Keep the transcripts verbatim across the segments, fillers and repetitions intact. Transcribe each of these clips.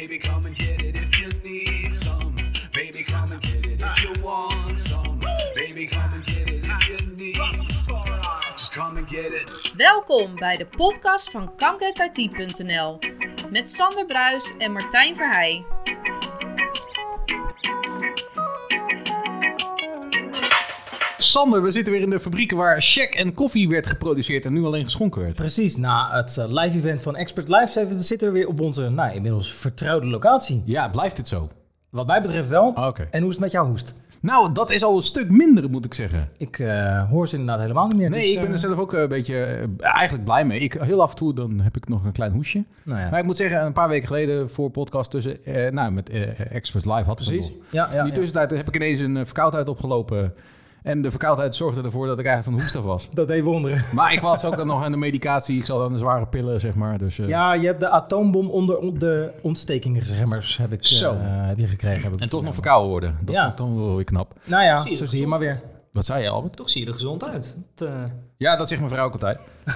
Baby, come and get it if you need some. Baby, come and get it if you want some. Baby, come and get it if you need. Just come and get it. Welkom bij de podcast van come get I T punt n l met Sander Bruis en Martijn Verheij. Sander, we zitten weer in de fabrieken waar check en koffie werd geproduceerd en nu alleen geschonken werd. Precies, na het uh, live event van Expert Live zitten we weer op onze nou, inmiddels vertrouwde locatie. Ja, blijft dit zo? Wat mij betreft wel. Oké. Okay. En hoe is het met jouw hoest? Nou, dat is al een stuk minder, moet ik zeggen. Ik uh, hoor ze inderdaad helemaal niet meer. Nee, dus, ik ben er uh... zelf ook een beetje uh, eigenlijk blij mee. Ik, heel af en toe dan heb ik nog een klein hoesje. Nou ja. Maar ik moet zeggen, een paar weken geleden voor podcast tussen, uh, nou, met uh, Expert Live had ik het nog. Ja, ja, In die tussentijd ja. heb ik ineens een uh, verkoudheid opgelopen. En de verkoudheid zorgde ervoor dat ik eigenlijk van hoest af was. Dat deed wonderen. Maar ik was ook dan nog aan de medicatie. Ik zat aan de zware pillen, zeg maar. Dus, uh... Ja, je hebt de atoombom onder de ontstekingsremmers heb ik, Zo. Uh, heb je gekregen. Heb ik en toch nog verkouden worden. Dat ja. vond ik dan wel weer knap. Nou ja, zie zo zie je maar weer. Wat zei je, Albert? Toch zie je er gezond uit. Het, uh... Ja, dat zegt mijn vrouw ook altijd.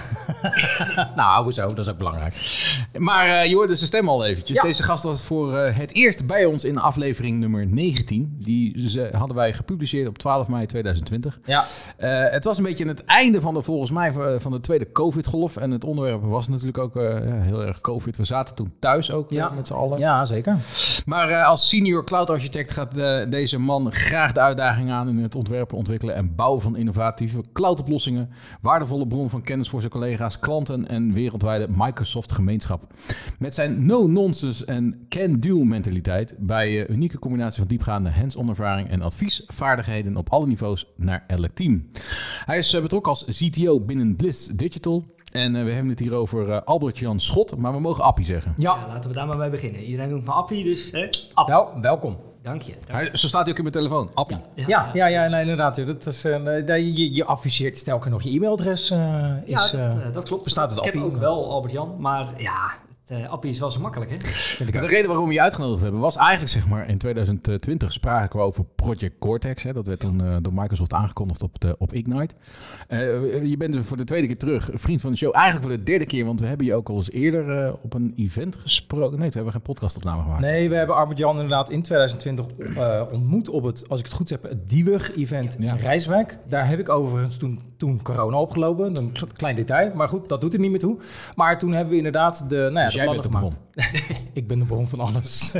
Nou, hoezo? Dat is ook belangrijk. Maar uh, je hoort dus de stem al eventjes. Ja. Deze gast was voor uh, het eerst bij ons in aflevering nummer negentien. Die ze, hadden wij gepubliceerd op twaalf mei tweeduizend twintig. Ja. Uh, het was een beetje het einde van de, volgens mij, van de tweede COVID-golf. En het onderwerp was natuurlijk ook uh, heel erg COVID. We zaten toen thuis ook ja. met z'n allen. Ja, zeker. Maar uh, als senior cloud architect gaat uh, deze man graag de uitdaging aan in het ontwerpen, ontwikkelen en bouwen van innovatieve cloud-oplossingen. Waardevolle bron van kennis voor zijn collega's, klanten en wereldwijde Microsoft-gemeenschap. Met zijn no-nonsense en can-do mentaliteit bij uh, unieke combinatie van diepgaande hands-on ervaring en adviesvaardigheden op alle niveaus naar elk team. Hij is uh, betrokken als C T O binnen Bliss Digital. En uh, we hebben het hier over uh, Albert-Jan Schot, maar we mogen Appie zeggen. Ja. ja, laten we daar maar mee beginnen. Iedereen noemt me Appie, dus hè? Appie. Wel, welkom. Dank je. Dank Hij, zo staat hij ook in mijn telefoon, Appie. Ja, ja, ja, ja nee, inderdaad. Dat is, uh, je, je adviseert sterker nog, je e-mailadres uh, is... Ja, dat, uh, uh, dat klopt. Bestaat het Ik Appie? heb ook wel Albert-Jan, maar ja... Uh, Appie is wel zo makkelijk, hè? De reden waarom we je uitgenodigd hebben was eigenlijk, zeg maar, in tweeduizend twintig spraken we over Project Cortex. Hè. Dat werd toen uh, door Microsoft aangekondigd op, de, op Ignite. Uh, je bent dus voor de tweede keer terug, vriend van de show. Eigenlijk voor de derde keer, want we hebben je ook al eens eerder uh, op een event gesproken. Nee, toen hebben we geen podcastopname gemaakt. Nee, we hebben Albert-Jan inderdaad in tweeduizend twintig uh, ontmoet op het, als ik het goed heb, het Diewig-event ja. in Rijswijk. Daar heb ik overigens toen, toen corona opgelopen. Een klein detail, maar goed, dat doet er niet meer toe. Maar toen hebben we inderdaad de... Nou ja, dus de jij bent de bron. Ik ben de bron van alles.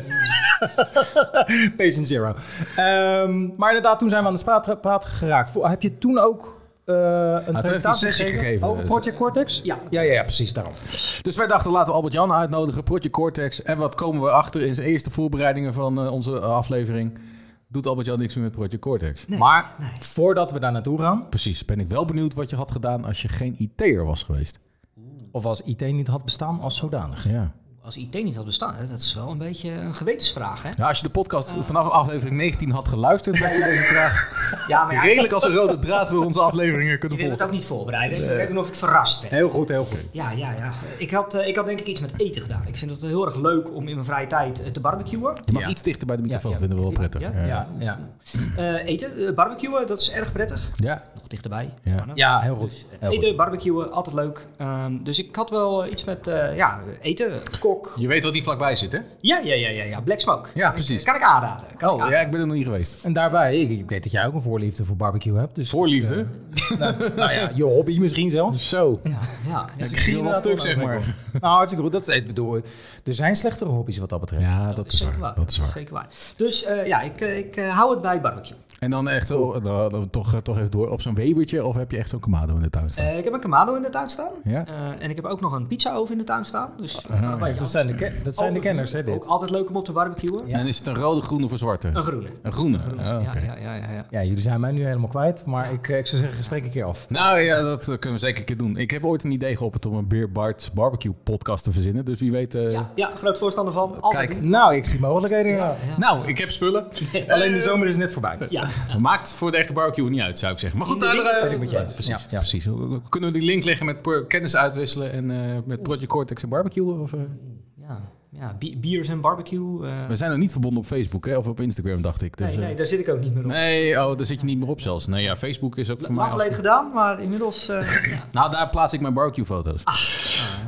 Patient zero. Um, maar inderdaad, toen zijn we aan de praat, praat geraakt. Heb je toen ook uh, een ah, presentatie gegeven, gegeven over Project Cortex? Ja. Ja, ja, ja, precies daarom. Dus wij dachten, laten we Albert-Jan uitnodigen, Project Cortex. En wat komen we achter in zijn eerste voorbereidingen van uh, onze aflevering? Doet Albert-Jan niks meer met Project Cortex. Nee, maar nee. voordat we daar naartoe gaan... Precies, ben ik wel benieuwd wat je had gedaan als je geen I T'er was geweest. Of als I T niet had bestaan als zodanig. Ja. Als I T niet had bestaan, dat is wel een beetje een gewetensvraag, hè? Ja, als je de podcast uh. vanaf aflevering negentien had geluisterd, had je deze vraag ja, maar ja, redelijk als een rode draad door onze afleveringen kunnen je wil volgen. het ook niet voorbereiden. Nee. Kijk of ik verrast ben. Heel goed, heel goed. Ja, ja, ja. Ik had, uh, ik had denk ik iets met eten gedaan. Ik vind het heel erg leuk om in mijn vrije tijd uh, te barbecuen. Je mag ja. iets dichter bij de microfoon, ja, ja. vinden we wel prettig. Ja, ja. ja, ja. Uh, eten, uh, barbecuen, dat is erg prettig. Ja. Nog dichterbij. Ja, ja heel goed. Dus, uh, heel eten, goed. barbecuen, altijd leuk. Um, dus ik had wel iets met uh, ja, eten, kok. Je weet wat die vlakbij zit, hè? Ja, ja, ja, ja, ja. Black Smoke. Ja, precies. Kan ik aanraden. Kan Oh, ik aanraden. ja, ik ben er nog niet geweest. En daarbij, ik, ik weet dat jij ook een voorliefde voor barbecue hebt. Dus Voorliefde? Uh, nou, nou ja, je hobby misschien zelfs. Zo. Ja, ja. Ja, ik zie je wel een stuk, zeg maar. Nou, hartstikke goed. Dat, ik bedoel, er zijn slechtere hobby's wat dat betreft. Ja, dat, Dat, is is zeker waar. waar. Dat is waar. Zeker waar. Dus uh, ja, ik, ik uh, hou het bij barbecue. En dan echt oh, nou, dan toch, uh, toch even door op zo'n Webertje of heb je echt zo'n Kamado in de tuin staan? Uh, ik heb een Kamado in de tuin staan. Ja? Uh, en ik heb ook nog een pizza-oven in de tuin staan. Dus, Uh, uh, Maar dat zijn de, ke- dat zijn de kenners, hè, dit. Ook altijd leuk om op te barbecuen. Ja. En is het een rode, groene of een zwarte? Een groene. Een groene? Groene. Oh, ja, okay. ja, ja, ja, ja. Ja, jullie zijn mij nu helemaal kwijt, maar ik, ik zou zeggen, gesprek een keer af. Nou ja, dat kunnen we zeker een keer doen. Ik heb ooit een idee geopperd om een Beer Bart's barbecue podcast te verzinnen. Dus wie weet... Uh... Ja, ja, groot voorstander van. Altijd Kijk. doen. Nou, ik zie mogelijkheden. Ja. Ja. Nou, ik heb spullen. Alleen de zomer is net voorbij. Ja. Maakt voor de echte barbecue niet uit, zou ik zeggen. Maar goed, In de daar, winter uh, ben ik met je eens. precies, Ja, ja. precies. Kunnen we die link leggen met per- kennis uitwisselen en uh, met Project Cortex en barbecue? Of, uh? Ja, ja. Bi- biers en barbecue. Uh... We zijn nog niet verbonden op Facebook, hè? Of op Instagram, dacht ik. Dus, Nee, nee, uh... daar zit ik ook niet meer op. nee, oh, daar zit je niet meer op zelfs. Nee, ja, Facebook is ook voor mij... Lang geleden gedaan, maar inmiddels... Uh, ja. Nou, daar plaats ik mijn barbecue-foto's. Ah,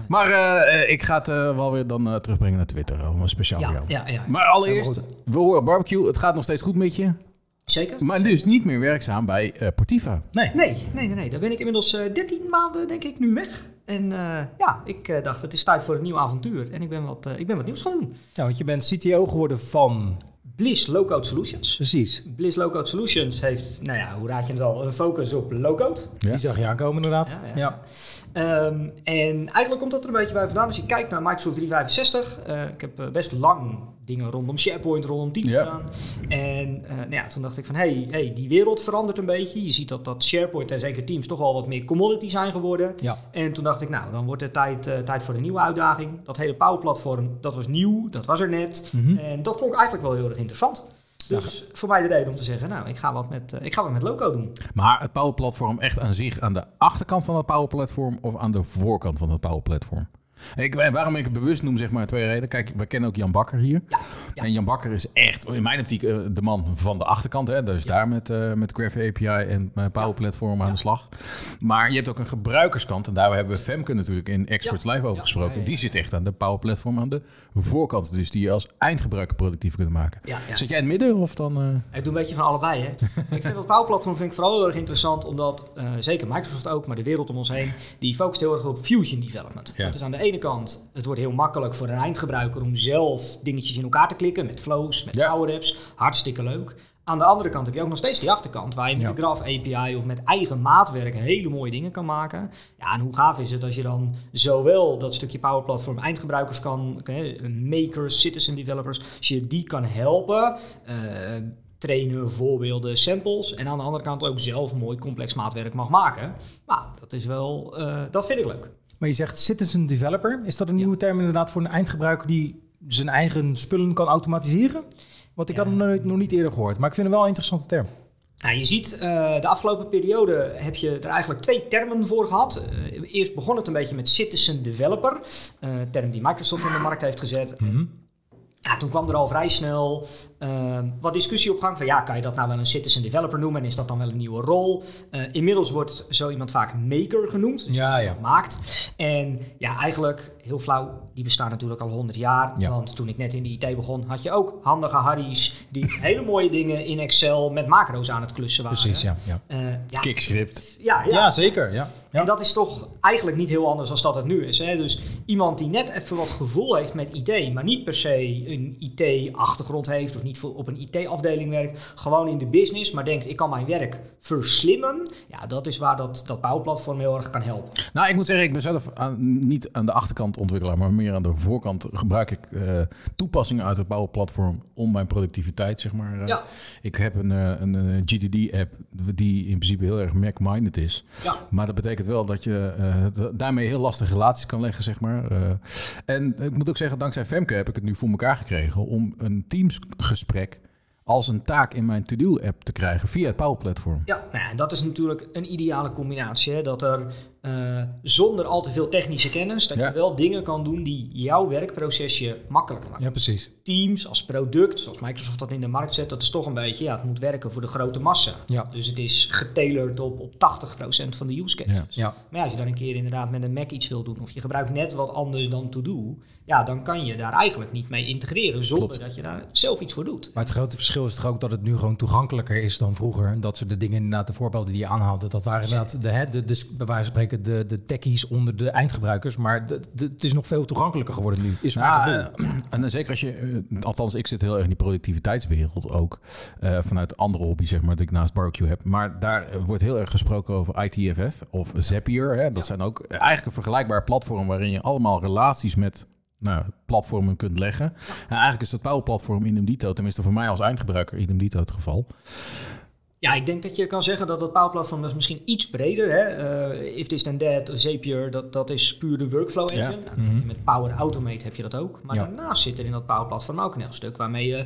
Maar uh, ik ga het uh, wel weer dan uh, terugbrengen naar Twitter. Om een speciaal Ja, voor jou. ja, ja. Maar allereerst, we horen barbecue. Het gaat nog steeds goed met je. Zeker. Maar dus niet meer werkzaam bij uh, Portiva. Nee. Nee, nee, nee, nee. Daar ben ik inmiddels uh, dertien maanden, denk ik, nu weg. En uh, ja, ik uh, dacht, het is tijd voor een nieuw avontuur. En ik ben wat, uh, ik ben wat nieuws gaan doen. Ja, want je bent C T O geworden van... Bliss Low-Code Solutions. Precies. Bliss Low-Code Solutions heeft, nou ja, hoe raad je het al, een focus op low-code. Ja. Die zag je aankomen inderdaad. Ja, ja. Ja. Um, en eigenlijk komt dat er een beetje bij vandaan. Als je kijkt naar Microsoft driehonderdvijfenzestig. Uh, ik heb uh, best lang dingen rondom SharePoint, rondom Teams ja. gedaan. En uh, nou ja, toen dacht ik van, hey, hey, die wereld verandert een beetje. Je ziet dat, dat SharePoint en zeker Teams toch wel wat meer commodity zijn geworden. Ja. En toen dacht ik, nou, dan wordt het tijd, uh, tijd voor een nieuwe uitdaging. Dat hele Power Platform, dat was nieuw, dat was er net. Mm-hmm. En dat vond ik eigenlijk wel heel erg interessant. Dus ja. voor mij de reden om te zeggen, nou, ik ga wat met, uh, ik ga wat met low-code doen. Maar het Power Platform echt aan zich aan de achterkant van het Power Platform of aan de voorkant van het Power Platform? Ik, waarom ik het bewust noem, zeg maar, twee redenen. Kijk, we kennen ook Jan Bakker hier. Ja, ja. En Jan Bakker is echt, in mijn optiek, uh, de man van de achterkant. Hè? Dus ja. daar met, uh, met Graph A P I en uh, Power Platform aan ja. de slag. Maar je hebt ook een gebruikerskant. En daar hebben we Femke natuurlijk in Experts ja. Live over ja. gesproken. Ja, ja, ja. Die zit echt aan de Power Platform aan de voorkant. Dus die je als eindgebruiker productief kunt maken. Ja, ja. Zit jij in het midden of dan... Uh... Ik doe een beetje van allebei. Hè? Ik vind dat Power Platform vind ik vooral heel erg interessant. Omdat, uh, zeker Microsoft ook, maar de wereld om ons heen, die focust heel erg op Fusion Development. Ja. Dat is aan de ene kant... Het wordt heel makkelijk voor een eindgebruiker om zelf dingetjes in elkaar te klikken met flows, met ja. Power Apps. Hartstikke leuk. Aan de andere kant heb je ook nog steeds die achterkant waar je met ja. de Graph A P I of met eigen maatwerk hele mooie dingen kan maken. Ja, en hoe gaaf is het als je dan zowel dat stukje Power Platform eindgebruikers kan, okay, makers, citizen developers, als je die kan helpen, uh, trainen, voorbeelden, samples en aan de andere kant ook zelf mooi complex maatwerk mag maken. Nou, dat is wel, uh, dat vind ik leuk. Maar je zegt citizen developer. Is dat een nieuwe ja. term inderdaad voor een eindgebruiker die zijn eigen spullen kan automatiseren? Want ik ja. had hem nog, nog niet eerder gehoord. Maar ik vind het wel een interessante term. Nou, je ziet, uh, de afgelopen periode heb je er eigenlijk twee termen voor gehad. Uh, eerst begon het een beetje met citizen developer. Uh, term die Microsoft in de markt heeft gezet. Mm-hmm. Ja, toen kwam er al vrij snel uh, wat discussie op gang van ja, kan je dat nou wel een citizen developer noemen en is dat dan wel een nieuwe rol? Uh, inmiddels wordt zo iemand vaak maker genoemd, dus ja, ja. maakt. En ja, eigenlijk heel flauw, die bestaan natuurlijk al honderd jaar. Ja. Want toen ik net in de I T begon, had je ook handige Harry's die hele mooie dingen in Excel met macro's aan het klussen waren. Precies, ja. ja. Uh, ja. Kickscript. Ja, ja. ja, zeker. Ja. Ja. En dat is toch eigenlijk niet heel anders dan dat het nu is. Hè? Dus iemand die net even wat gevoel heeft met I T, maar niet per se een I T-achtergrond heeft of niet op een I T-afdeling werkt, gewoon in de business, maar denkt ik kan mijn werk verslimmen. Ja, dat is waar dat, dat bouwplatform heel erg kan helpen. Nou, ik moet zeggen, ik ben zelf aan, niet aan de achterkant ontwikkelaar, maar meer aan de voorkant gebruik ik uh, toepassingen uit het bouwplatform om mijn productiviteit, zeg maar. Uh, ja. Ik heb een, een, een G T D-app die in principe heel erg Mac-minded is. Ja. Maar dat betekent wel dat je uh, daarmee heel lastige relaties kan leggen, zeg maar. Uh, en ik moet ook zeggen, dankzij Femke heb ik het nu voor elkaar gekregen om een Teams-gesprek als een taak in mijn to-do-app te krijgen via het Power Platform. Ja, nou ja, dat is natuurlijk een ideale combinatie. Hè? Dat er uh, zonder al te veel technische kennis, dat ja. je wel dingen kan doen die jouw werkprocesje makkelijker maken. Ja, precies. Teams als product, zoals Microsoft dat in de markt zet, dat is toch een beetje, ja, het moet werken voor de grote massa. Ja. Dus het is getailerd op, op tachtig procent van de use cases. Ja. Ja. Maar ja, als je dan een keer inderdaad met een Mac iets wil doen, of je gebruikt net wat anders dan to-do, ja, dan kan je daar eigenlijk niet mee integreren zonder Klopt. dat je daar zelf iets voor doet. Maar het grote verschil is toch ook dat het nu gewoon toegankelijker is dan vroeger. Dat ze de dingen, inderdaad, de voorbeelden die je aanhaalde, dat waren inderdaad de, de, de, de, bij wijze van spreken de, de techies onder de eindgebruikers. Maar de, de, het is nog veel toegankelijker geworden nu. Is nou, maar uh, en zeker als je, uh, althans ik zit heel erg in die productiviteitswereld ook, uh, vanuit andere hobby zeg maar, dat ik naast barbecue heb. Maar daar uh, wordt heel erg gesproken over I T F F of Zapier. Hè? Dat ja. zijn ook eigenlijk een vergelijkbaar platform waarin je allemaal relaties met nou, platformen kunt leggen. En eigenlijk is dat Power Platform idem dito, tenminste voor mij als eindgebruiker idem dito het geval. Ja, ik denk dat je kan zeggen dat dat Power Platform is misschien iets breder. Hè? Uh, If This Then That, Zapier, dat, dat is puur de workflow engine. Ja. Nou, mm-hmm. Met Power Automate heb je dat ook. Maar ja. daarnaast zit er in dat Power Platform ook een heel stuk waarmee je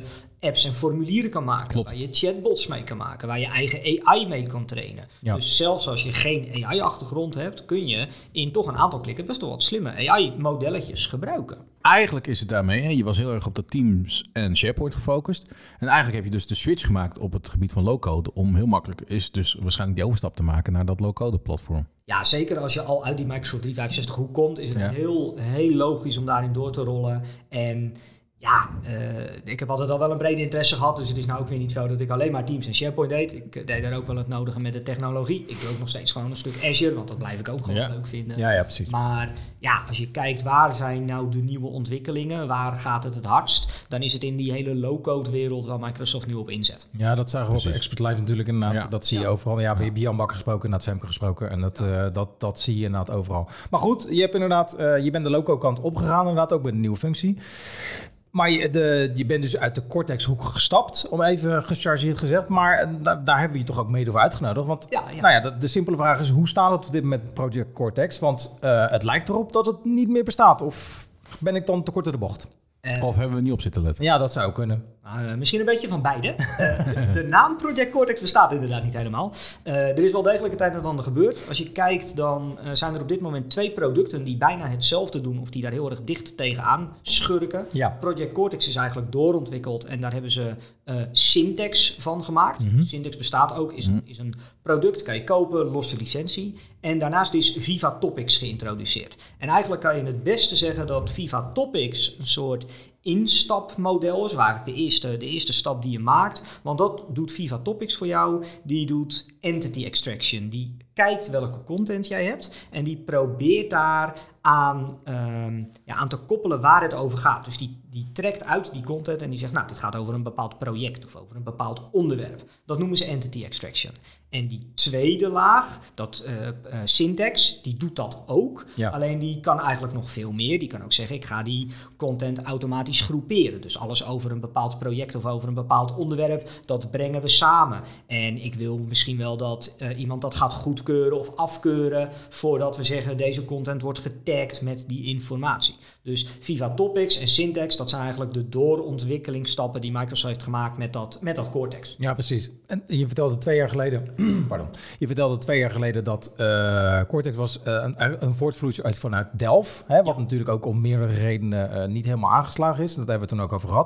apps en formulieren kan maken. Klopt. Waar je chatbots mee kan maken. Waar je eigen A I mee kan trainen. Ja. Dus zelfs als je geen A I-achtergrond hebt, kun je in toch een aantal klikken best wel wat slimme A I-modelletjes gebruiken. Eigenlijk is het daarmee, hè, je was heel erg op de Teams en SharePoint gefocust. En eigenlijk heb je dus de switch gemaakt op het gebied van low-code. Om heel makkelijk is dus waarschijnlijk die overstap te maken naar dat low-code platform. Ja, zeker als je al uit die Microsoft driehonderdvijfenzestig hoek komt, is het Ja. heel, heel logisch om daarin door te rollen. En ja, uh, ik heb altijd al wel een brede interesse gehad, dus het is nou ook weer niet zo dat ik alleen maar Teams en SharePoint deed. Ik deed daar ook wel het nodige met de technologie. Ik doe ook nog steeds gewoon een stuk Azure, want dat blijf ik ook gewoon Ja. leuk vinden. Ja, ja, precies. Maar ja, als je kijkt waar zijn nou de nieuwe ontwikkelingen, waar gaat het het hardst, dan is het in die hele low-code wereld waar Microsoft nu op inzet. Ja, dat zagen we Precies. op Expert Live natuurlijk inderdaad. Ja. Dat zie je Ja. overal. Ja, we hebben Jan Bakker gesproken, inderdaad Femke gesproken. En dat, uh, dat, dat zie je inderdaad overal. Maar goed, je, hebt inderdaad, uh, je bent de loco-kant opgegaan, inderdaad ook met een nieuwe functie. Maar je, de, je bent dus uit de Cortex-hoek gestapt, om even gechargeerd gezegd. Maar uh, da- daar hebben we je toch ook mede voor uitgenodigd. Want Ja, ja. Nou ja, de, de simpele vraag is, hoe staat het op dit moment met Project Cortex? Want uh, het lijkt erop dat het niet meer bestaat. Of ben ik dan te kort door de bocht? Uh, Of hebben we niet op zitten letten? Ja, dat zou kunnen. Uh, misschien een beetje van beide. Uh, de, de naam Project Cortex bestaat inderdaad niet helemaal. Uh, er is wel degelijk het een en ander gebeurd. Als je kijkt, dan uh, zijn er op dit moment twee producten die bijna hetzelfde doen of die daar heel erg dicht tegenaan schurken. Ja. Project Cortex is eigenlijk doorontwikkeld en daar hebben ze uh, Syntax van gemaakt. Mm-hmm. Syntax bestaat ook, is een, is een product, kan je kopen, losse licentie. En daarnaast is Viva Topics geïntroduceerd. En eigenlijk kan je het beste zeggen dat Viva Topics een soort instapmodel is, waar de eerste, de eerste stap die je maakt. Want dat doet Viva Topics voor jou. Die doet entity extraction. Die kijkt welke content jij hebt en die probeert daar aan, um, ja, aan te koppelen waar het over gaat. Dus die, die trekt uit die content en die zegt, nou, dit gaat over een bepaald project of over een bepaald onderwerp. Dat noemen ze entity extraction. En die tweede laag, dat uh, uh, Syntax, die doet dat ook. Ja. Alleen die kan eigenlijk nog veel meer. Die kan ook zeggen, ik ga die content automatisch groeperen. Dus alles over een bepaald project of over een bepaald onderwerp, dat brengen we samen. En ik wil misschien wel dat uh, iemand dat gaat goedkeuren of afkeuren voordat we zeggen, deze content wordt getagd met die informatie. Dus Viva Topics en Syntax, dat zijn eigenlijk de doorontwikkelingsstappen die Microsoft heeft gemaakt met dat, met dat Cortex. Ja, precies. En je vertelde twee jaar geleden, pardon, je vertelde twee jaar geleden dat uh, Cortex was uh, een, een voortvloeisel uit vanuit Delft, hè, wat ja. natuurlijk ook om meerdere redenen uh, niet helemaal aangeslagen is. Dat hebben we toen ook over gehad.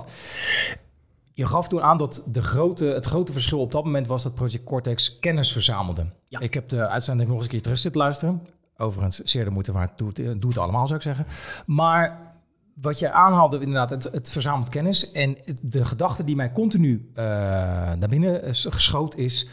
Je gaf toen aan dat de grote, het grote verschil op dat moment was dat Project Cortex kennis verzamelde. Ja. Ik heb de uitzending nog eens een keer terug zitten luisteren. Overigens, zeer de moeite waard, doe het, doe het allemaal zou ik zeggen. Maar wat je aanhaalde, inderdaad, het, het verzamelt kennis. En de gedachte die mij continu uh, naar binnen geschoten is,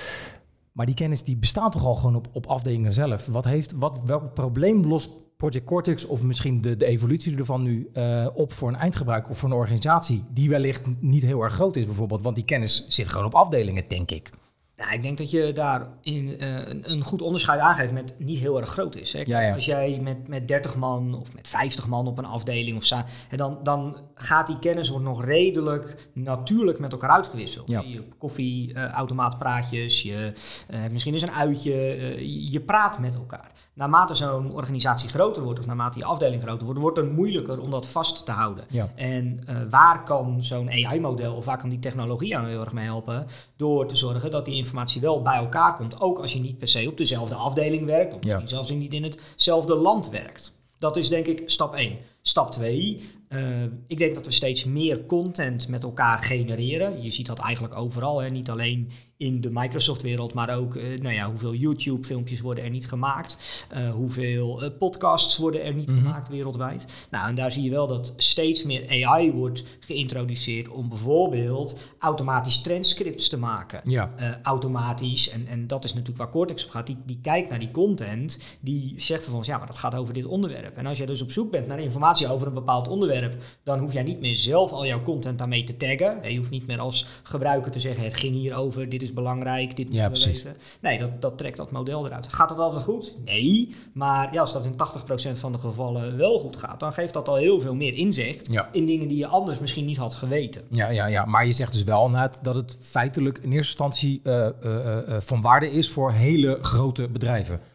maar die kennis die bestaat toch al gewoon op, op afdelingen zelf. Wat heeft, wat, welk probleem lost Project Cortex of misschien de, de evolutie ervan nu uh, op voor een eindgebruiker of voor een organisatie die wellicht niet heel erg groot is bijvoorbeeld? Want die kennis zit gewoon op afdelingen, denk ik. Ja, ik denk dat je daar in, uh, een, een goed onderscheid aangeeft met niet heel erg groot is. Hè? Ja, ja. Als jij met, met dertig man of met vijftig man op een afdeling of zo, hè, dan, dan gaat die kennis wordt nog redelijk natuurlijk met elkaar uitgewisseld. Ja. Je koffieautomaatpraatjes, uh, je uh, misschien is een uitje, uh, je praat met elkaar. Naarmate zo'n organisatie groter wordt of naarmate die afdeling groter wordt, wordt het moeilijker om dat vast te houden. Ja. En uh, waar kan zo'n A I-model of waar kan die technologie aan heel erg mee helpen? Door te zorgen dat die informatie wel bij elkaar komt. Ook als je niet per se op dezelfde afdeling werkt. Of misschien ja. zelfs niet in hetzelfde land werkt. Dat is denk ik stap één. Stap twee. Uh, ik denk dat we steeds meer content met elkaar genereren. Je ziet dat eigenlijk overal. Hè? Niet alleen in de Microsoft-wereld, maar ook uh, nou ja, hoeveel YouTube-filmpjes worden er niet gemaakt. Uh, hoeveel uh, podcasts worden er niet mm-hmm. gemaakt wereldwijd. Nou, en daar zie je wel dat steeds meer A I wordt geïntroduceerd om bijvoorbeeld automatisch transcripts te maken. Ja. Uh, automatisch, en, en dat is natuurlijk waar Cortex op gaat, die, die kijkt naar die content, die zegt vervolgens, ja, maar dat gaat over dit onderwerp. En als je dus op zoek bent naar informatie over een bepaald onderwerp, dan hoef jij niet meer zelf al jouw content daarmee te taggen. Je hoeft niet meer als gebruiker te zeggen, het ging hier over, dit is belangrijk, dit moeten ja, we weten. Nee, dat, dat trekt dat model eruit. Gaat het altijd goed? Nee. Maar ja, als dat in tachtig procent van de gevallen wel goed gaat, dan geeft dat al heel veel meer inzicht ja. in dingen die je anders misschien niet had geweten. Ja, ja, ja. Maar je zegt dus wel net dat het feitelijk in eerste instantie uh, uh, uh, van waarde is voor hele grote bedrijven.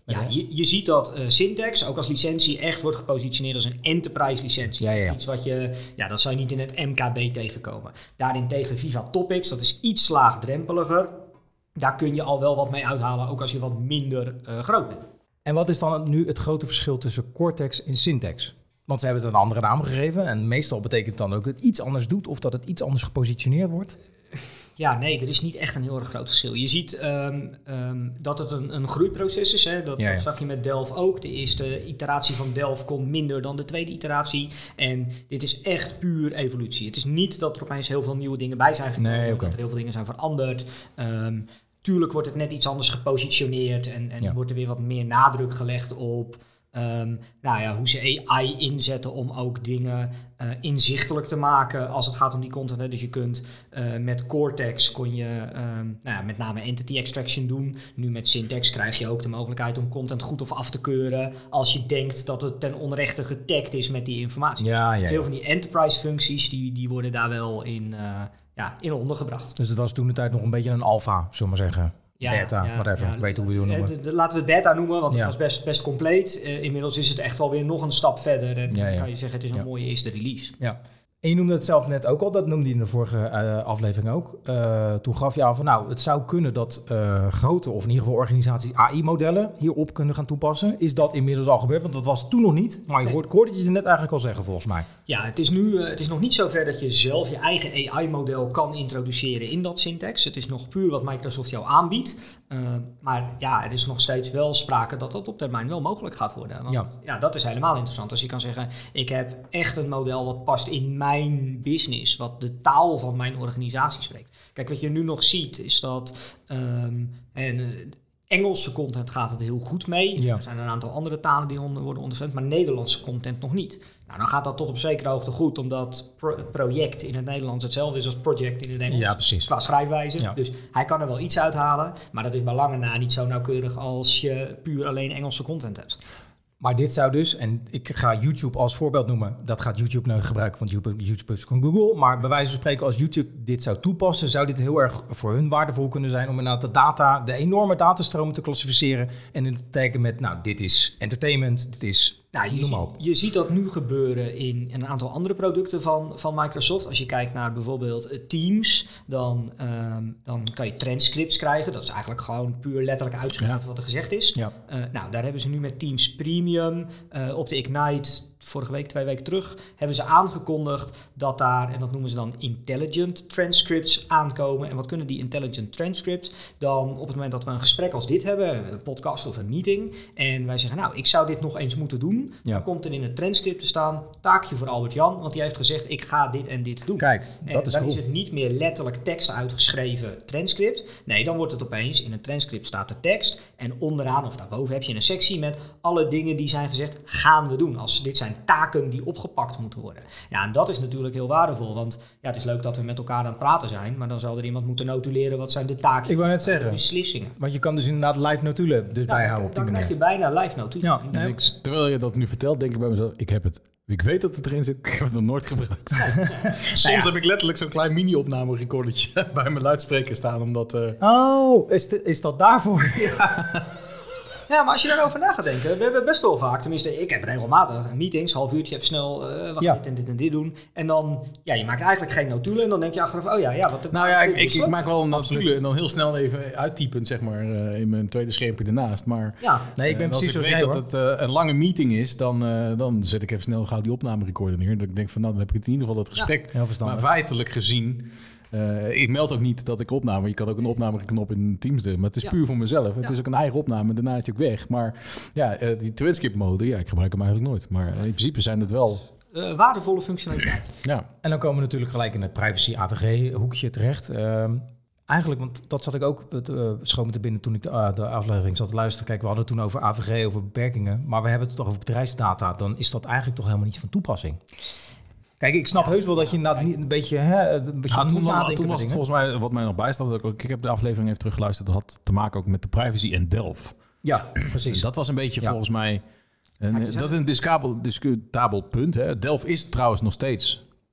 Ja, je, je ziet dat uh, Syntax ook als licentie echt wordt gepositioneerd als een enterprise licentie. Ja, ja, ja. Iets wat je, ja, dat zou je niet in het M K B tegenkomen. Daarentegen Viva Topics, dat is iets laagdrempeliger. Daar kun je al wel wat mee uithalen, ook als je wat minder uh, groot bent. En wat is dan nu het grote verschil tussen Cortex en Syntax? Want ze hebben het een andere naam gegeven en meestal betekent dan ook dat het iets anders doet of dat het iets anders gepositioneerd wordt. Ja, nee, er is niet echt een heel erg groot verschil. Je ziet um, um, dat het een, een groeiproces is. Hè? Dat, ja, ja. dat zag je met Delve ook. De eerste iteratie van Delve komt minder dan de tweede iteratie. En dit is echt puur evolutie. Het is niet dat er opeens heel veel nieuwe dingen bij zijn gekomen. Nee, okay. Dat er heel veel dingen zijn veranderd. Um, tuurlijk wordt het net iets anders gepositioneerd. En, en ja. wordt er weer wat meer nadruk gelegd op... Um, nou ja, hoe ze A I inzetten om ook dingen uh, inzichtelijk te maken als het gaat om die content. Hè. Dus je kunt uh, met Cortex kon je um, nou ja, met name entity extraction doen. Nu met Syntax krijg je ook de mogelijkheid om content goed of af te keuren als je denkt dat het ten onrechte getagd is met die informatie. Ja, ja, ja. Veel van die enterprise functies die, die worden daar wel in, uh, ja, in ondergebracht. Dus het was toen de tijd nog een beetje een alfa, zullen we maar zeggen. Ja, beta, ja, whatever. Ja, weet hoe we het noemen. De, de, laten we het beta noemen, want ja. het was best, best compleet. Uh, inmiddels is het echt wel weer nog een stap verder. En ja, ja. dan kan je zeggen, het is een ja. mooie eerste release. Ja. En je noemde het zelf net ook al, dat noemde je in de vorige uh, aflevering ook. Uh, toen gaf je aan van, nou, het zou kunnen dat uh, grote, of in ieder geval organisaties, A I-modellen hierop kunnen gaan toepassen. Is dat inmiddels al gebeurd? Want dat was toen nog niet. Maar je hoort, ik hoorde je het net eigenlijk al zeggen, volgens mij. Ja, het is nu uh, het is nog niet zover dat je zelf je eigen A I-model kan introduceren in dat Syntax. Het is nog puur wat Microsoft jou aanbiedt. Uh, maar ja, er is nog steeds wel sprake dat dat op termijn wel mogelijk gaat worden. Want ja. ja, dat is helemaal interessant. Als je kan zeggen, ik heb echt een model wat past in mijn mijn business, wat de taal van mijn organisatie spreekt. Kijk, wat je nu nog ziet, is dat um, en, uh, Engelse content gaat het heel goed mee. Ja. Er zijn een aantal andere talen die onder, worden ondersteund, maar Nederlandse content nog niet. Nou, dan gaat dat tot op zekere hoogte goed, omdat pro- project in het Nederlands hetzelfde is als project in het Engels. Ja, precies. Qua schrijfwijze. Ja. Dus hij kan er wel iets uithalen, maar dat is bij lange na niet zo nauwkeurig als je puur alleen Engelse content hebt. Maar dit zou dus, en ik ga YouTube als voorbeeld noemen, dat gaat YouTube nou gebruiken, want YouTube, YouTube is van Google. Maar bij wijze van spreken, als YouTube dit zou toepassen, zou dit heel erg voor hun waardevol kunnen zijn om inderdaad de data, de enorme datastromen te klassificeren en in te teken met, nou, dit is entertainment, dit is... Nou, je, zie, je ziet dat nu gebeuren in een aantal andere producten van, van Microsoft. Als je kijkt naar bijvoorbeeld Teams, dan, um, dan kan je transcripts krijgen. Dat is eigenlijk gewoon puur letterlijk uitschrijven ja. wat er gezegd is. Ja. Uh, nou, daar hebben ze nu met Teams Premium uh, op de Ignite, vorige week, twee weken terug, hebben ze aangekondigd dat daar, en dat noemen ze dan intelligent transcripts, aankomen. En wat kunnen die intelligent transcripts? Dan op het moment dat we een gesprek als dit hebben, een podcast of een meeting, en wij zeggen, nou, ik zou dit nog eens moeten doen. Ja. Dan komt er in het transcript te staan, taakje voor Albert-Jan, want die heeft gezegd, ik ga dit en dit doen. Kijk, en dat is dan cool. is het niet meer letterlijk tekst uitgeschreven transcript. Nee, dan wordt het opeens, in een transcript staat de tekst, en onderaan of daarboven heb je een sectie met alle dingen die zijn gezegd, gaan we doen. Als dit zijn taken die opgepakt moeten worden. Ja, en dat is natuurlijk heel waardevol, want ja, het is leuk dat we met elkaar aan het praten zijn, maar dan zal er iemand moeten notuleren wat zijn de taken. Ik wou net zeggen, beslissingen. Want je kan dus inderdaad live notulen dus nou, bijhouden op die dan manier. krijg je bijna live notulen. Ja, nee, ik, terwijl je dat nu vertelt, denk ik bij mezelf, ik heb het. Ik weet dat het erin zit, ik heb het nog nooit gebruikt. Nee. Soms nou ja. heb ik letterlijk zo'n klein mini-opname-recordertje bij mijn luidspreker staan, omdat... Uh... Oh, is, de, is dat daarvoor? Ja. Ja, maar als je daarover na gaat denken, we hebben best wel vaak, tenminste ik heb regelmatig meetings, half uurtje even snel, uh, wacht, ja. dit en dit en dit doen. En dan, ja, je maakt eigenlijk geen notulen en dan denk je achteraf, oh ja, ja, wat... Nou ja, ik, ik, ik maak wel een notulen en dan heel snel even uittypend, zeg maar, uh, in mijn tweede schermpje ernaast. Maar ja. nee, ik ben uh, precies als ik zoals weet jij, dat het uh, een lange meeting is, dan, uh, dan zet ik even snel gauw die opnamerecorder neer. Dat ik denk van, nou, dan heb ik het in ieder geval dat gesprek. Ja, maar feitelijk gezien... Uh, ik meld ook niet dat ik opname. Je kan ook een opnameknop in Teams doen. Maar het is ja. puur voor mezelf. Het ja. is ook een eigen opname. Daarna is het ook weg. Maar ja, uh, die transcript mode, ja, ik gebruik hem eigenlijk nooit. Maar uh, in principe zijn het wel... Uh, waardevolle functionaliteit. Ja. En dan komen we natuurlijk gelijk in het privacy A V G hoekje terecht. Uh, eigenlijk, want dat zat ik ook uh, schoon me te binnen toen ik de, uh, de aflevering zat te luisteren. Kijk, we hadden het toen over A V G, over beperkingen. Maar we hebben het toch over bedrijfsdata. Dan is dat eigenlijk toch helemaal niet van toepassing. Kijk, ik snap ja, heus wel dat je inderdaad niet een beetje, hè, een beetje ja, toen, nadenken. Toen was het volgens mij, wat mij nog bijstaat, ik, ik heb de aflevering even teruggeluisterd, dat had te maken ook met de privacy en Delve. Ja, precies. En dat was een beetje ja. volgens mij, een, ja, dat is een discutabel, discutabel punt. Hè. Delve is trouwens nog steeds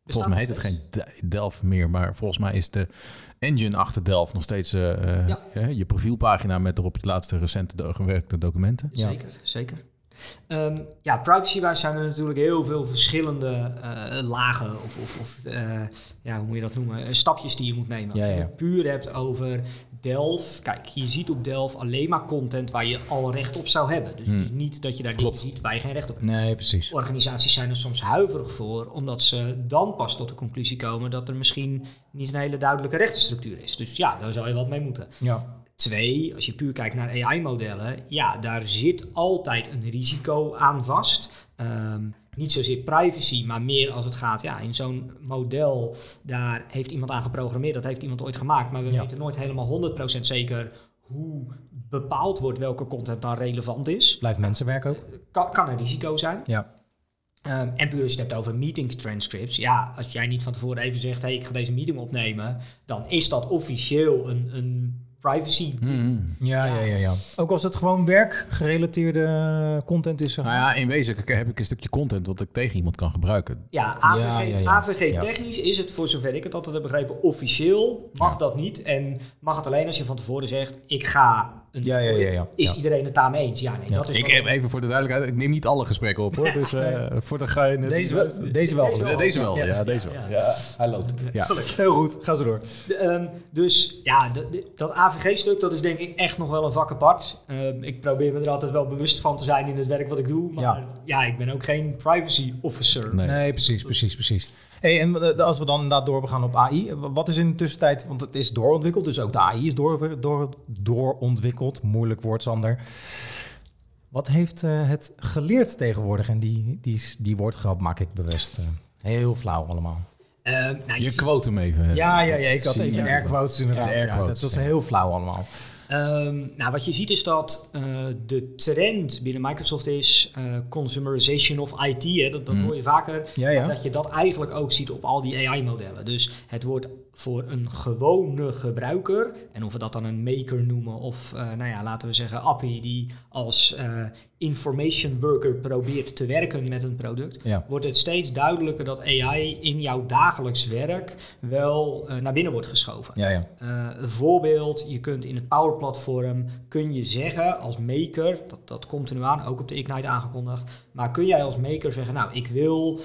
Volgens mij heet het geen De- Delft meer, maar volgens mij is de engine achter Delft nog steeds uh, Ja. uh, je profielpagina met erop je laatste recente do- gewerkte documenten. Zeker, zeker. Um, ja, privacy-wise zijn er natuurlijk heel veel verschillende uh, lagen of, of, of uh, ja, hoe moet je dat noemen, uh, stapjes die je moet nemen. Als Ja, je ja. het puur hebt over Delft, kijk, je ziet op Delft alleen maar content waar je al recht op zou hebben. Dus Hmm. het is niet dat je daar Klopt. dingen ziet waar je geen recht op hebt. Nee, precies. Organisaties zijn er soms huiverig voor, omdat ze dan pas tot de conclusie komen dat er misschien niet een hele duidelijke rechtenstructuur is. Dus ja, daar zou je wat mee moeten. Ja. Twee, als je puur kijkt naar A I-modellen, ja, daar zit altijd een risico aan vast. Um, niet zozeer privacy, maar meer als het gaat, ja, in zo'n model, daar heeft iemand aan geprogrammeerd, dat heeft iemand ooit gemaakt, maar we Ja. weten nooit helemaal honderd procent zeker hoe bepaald wordt welke content dan relevant is. Blijft mensenwerk ook. Kan, kan een risico zijn. Ja. Um, en puur als je het hebt over meeting transcripts. Ja, als jij niet van tevoren even zegt, hey, ik ga deze meeting opnemen, dan is dat officieel een, een privacy. Hmm. Ja, ja, ja, ja. Ook als het gewoon werkgerelateerde content is. Zeg Nou maar. ja, in wezen heb ik een stukje content wat ik tegen iemand kan gebruiken. Ja, A V G, Ja, ja, ja. A V G Ja. technisch is het, voor zover ik het altijd heb begrepen, officieel mag Ja. dat niet. En mag het alleen als je van tevoren zegt, ik ga een Ja, ja, ja, ja. Is Ja. iedereen het daarmee eens? Ja, nee, Ja. dat is Ik wel- heb even voor de duidelijkheid, ik neem niet alle gesprekken op hoor. Dus uh, voor de ga je net- Deze, wel- deze wel. Deze Ja, deze wel, ja, Ja. deze wel. Ja. Ja, hij loopt. Ja. Heel goed, ga zo door. De, um, dus ja, de, de- dat A V G-stuk, dat is denk ik echt nog wel een vak apart. Um, ik probeer me er altijd wel bewust van te zijn in het werk wat ik doe. Maar ja, Ja. ik ben ook geen privacy officer. Nee. Nee, precies, precies, precies. Hey, en eh, als we dan inderdaad doorgaan op A I, wat is in de tussentijd, want het is doorontwikkeld, dus ook de A I is door, door, doorontwikkeld, moeilijk woord Sander. Wat heeft uh, het geleerd tegenwoordig? En die, die, die woordgrap maak ik bewust uh, heel flauw allemaal. Um, nou, Je ziet- quote hem even. Ja, ja, ja, ik had even Ja. air quotes inderdaad. Ja, air Ja, quotes, dat was ja. heel flauw allemaal. Um, nou, wat je ziet is dat uh, de trend binnen Microsoft is uh, consumerization of I T. Hè, dat dat Mm. hoor je vaker. Ja, ja. Maar dat je dat eigenlijk ook ziet op al die A I-modellen. Dus het wordt voor een gewone gebruiker, en of we dat dan een maker noemen of, uh, nou ja, laten we zeggen Appie, die als uh, information worker probeert te werken met een product, Ja. wordt het steeds duidelijker dat A I in jouw dagelijks werk wel uh, naar binnen wordt geschoven. Ja, ja. Uh, een voorbeeld, je kunt in het Power Platform, kun je zeggen als maker, dat, dat komt er nu aan, ook op de Ignite aangekondigd, maar kun jij als maker zeggen, nou, ik wil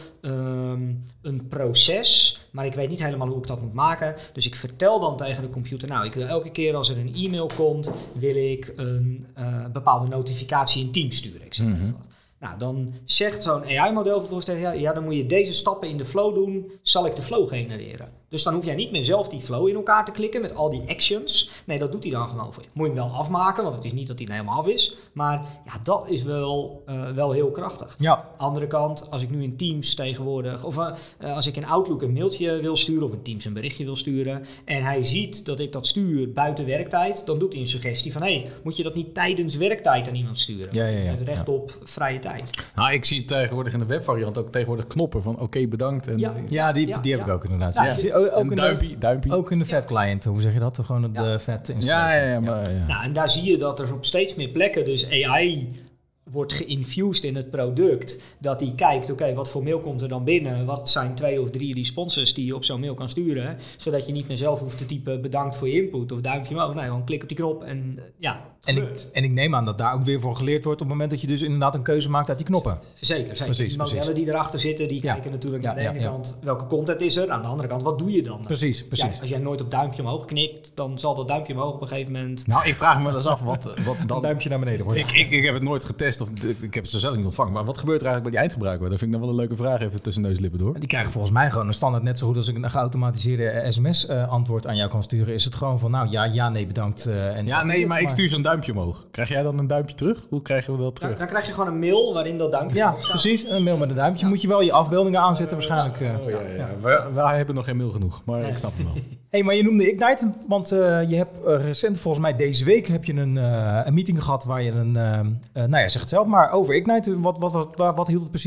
um, een proces, maar ik weet niet helemaal hoe ik dat moet maken, dus ik vertel dan tegen de computer, nou, ik wil elke keer als er een e-mail komt, wil ik een uh, bepaalde notificatie in Teams sturen. Ik zeg Mhm. even wat. Nou, dan zegt zo'n A I-model vervolgens tegen jou, ja, dan moet je deze stappen in de flow doen, zal ik de flow genereren. Dus dan hoef jij niet meer zelf die flow in elkaar te klikken met al die actions. Nee, dat doet hij dan gewoon voor je. Moet je hem wel afmaken, want het is niet dat hij helemaal af is. Maar ja, dat is wel, uh, wel heel krachtig. Ja. Andere kant, als ik nu in Teams tegenwoordig, of uh, als ik in Outlook een mailtje wil sturen, of in Teams een berichtje wil sturen, en hij ziet dat ik dat stuur buiten werktijd, dan doet hij een suggestie van, hé, hey, moet je dat niet tijdens werktijd aan iemand sturen? Ja, ja, ja. Hij heeft recht Ja. op vrije tijd. Nou, ik zie tegenwoordig in de webvariant ook tegenwoordig knoppen van oké, bedankt. En Ja. Ja, die, Ja, die heb ja. ik ook inderdaad. Ja, Ja, zie- ook, een in duimpje, duimpje. de, ook in de vet client, hoe zeg je dat? Gewoon de Ja. vet ja, installatie. ja, ja, maar ja. Nou, en daar zie je dat er op steeds meer plekken dus A I wordt geïnfused in het product. Dat hij kijkt, oké, okay, wat voor mail komt er dan binnen? Wat zijn twee of drie responses die je op zo'n mail kan sturen? Zodat je niet meer zelf hoeft te typen bedankt voor je input of duimpje omhoog. Nee, gewoon klik op die knop en uh, ja, En ik, en ik neem aan dat daar ook weer voor geleerd wordt op het moment dat je dus inderdaad een keuze maakt uit die knoppen. Zeker, zeker. Precies, die modellen precies. die erachter zitten, die Ja. kijken natuurlijk Ja, aan de ja, ene ja. kant welke content is er. Aan de andere kant, wat doe je dan? Precies, precies. Ja, als jij nooit op duimpje omhoog knikt, dan zal dat duimpje omhoog op een gegeven moment... Nou, ik vraag me wel eens af wat, wat Een dan... duimpje naar beneden wordt. Ik, ik, ik heb het nooit getest of ik heb het zelf niet ontvangen. Maar wat gebeurt er eigenlijk bij die eindgebruiker? Dat vind ik dan wel een leuke vraag even tussen neus en lippen door. Die krijgen volgens mij gewoon een standaard net zo goed als ik een geautomatiseerde sms-antwoord aan jou kan sturen. Is het gewoon van nou ja, ja, nee, bedankt. uh, en Ja, nee, maar ik stuur zo'n duimpje omhoog. Krijg jij dan een duimpje terug? Hoe krijgen we dat Dan, terug? dan krijg je gewoon een mail waarin dat duimpje Ja, omhoog staat. precies. Een mail met een duimpje. Moet je wel je afbeeldingen aanzetten waarschijnlijk. uh. Oh ja, ja. We, wij hebben nog geen mail genoeg, maar ik snap hem wel. Hey, maar je noemde Ignite, want uh, je hebt uh, recent, volgens mij deze week, heb je een, uh, een meeting gehad waar je een, uh, uh, nou ja, zeg het zelf maar, over Ignite. Wat, wat, wat, wat, wat hield het precies in?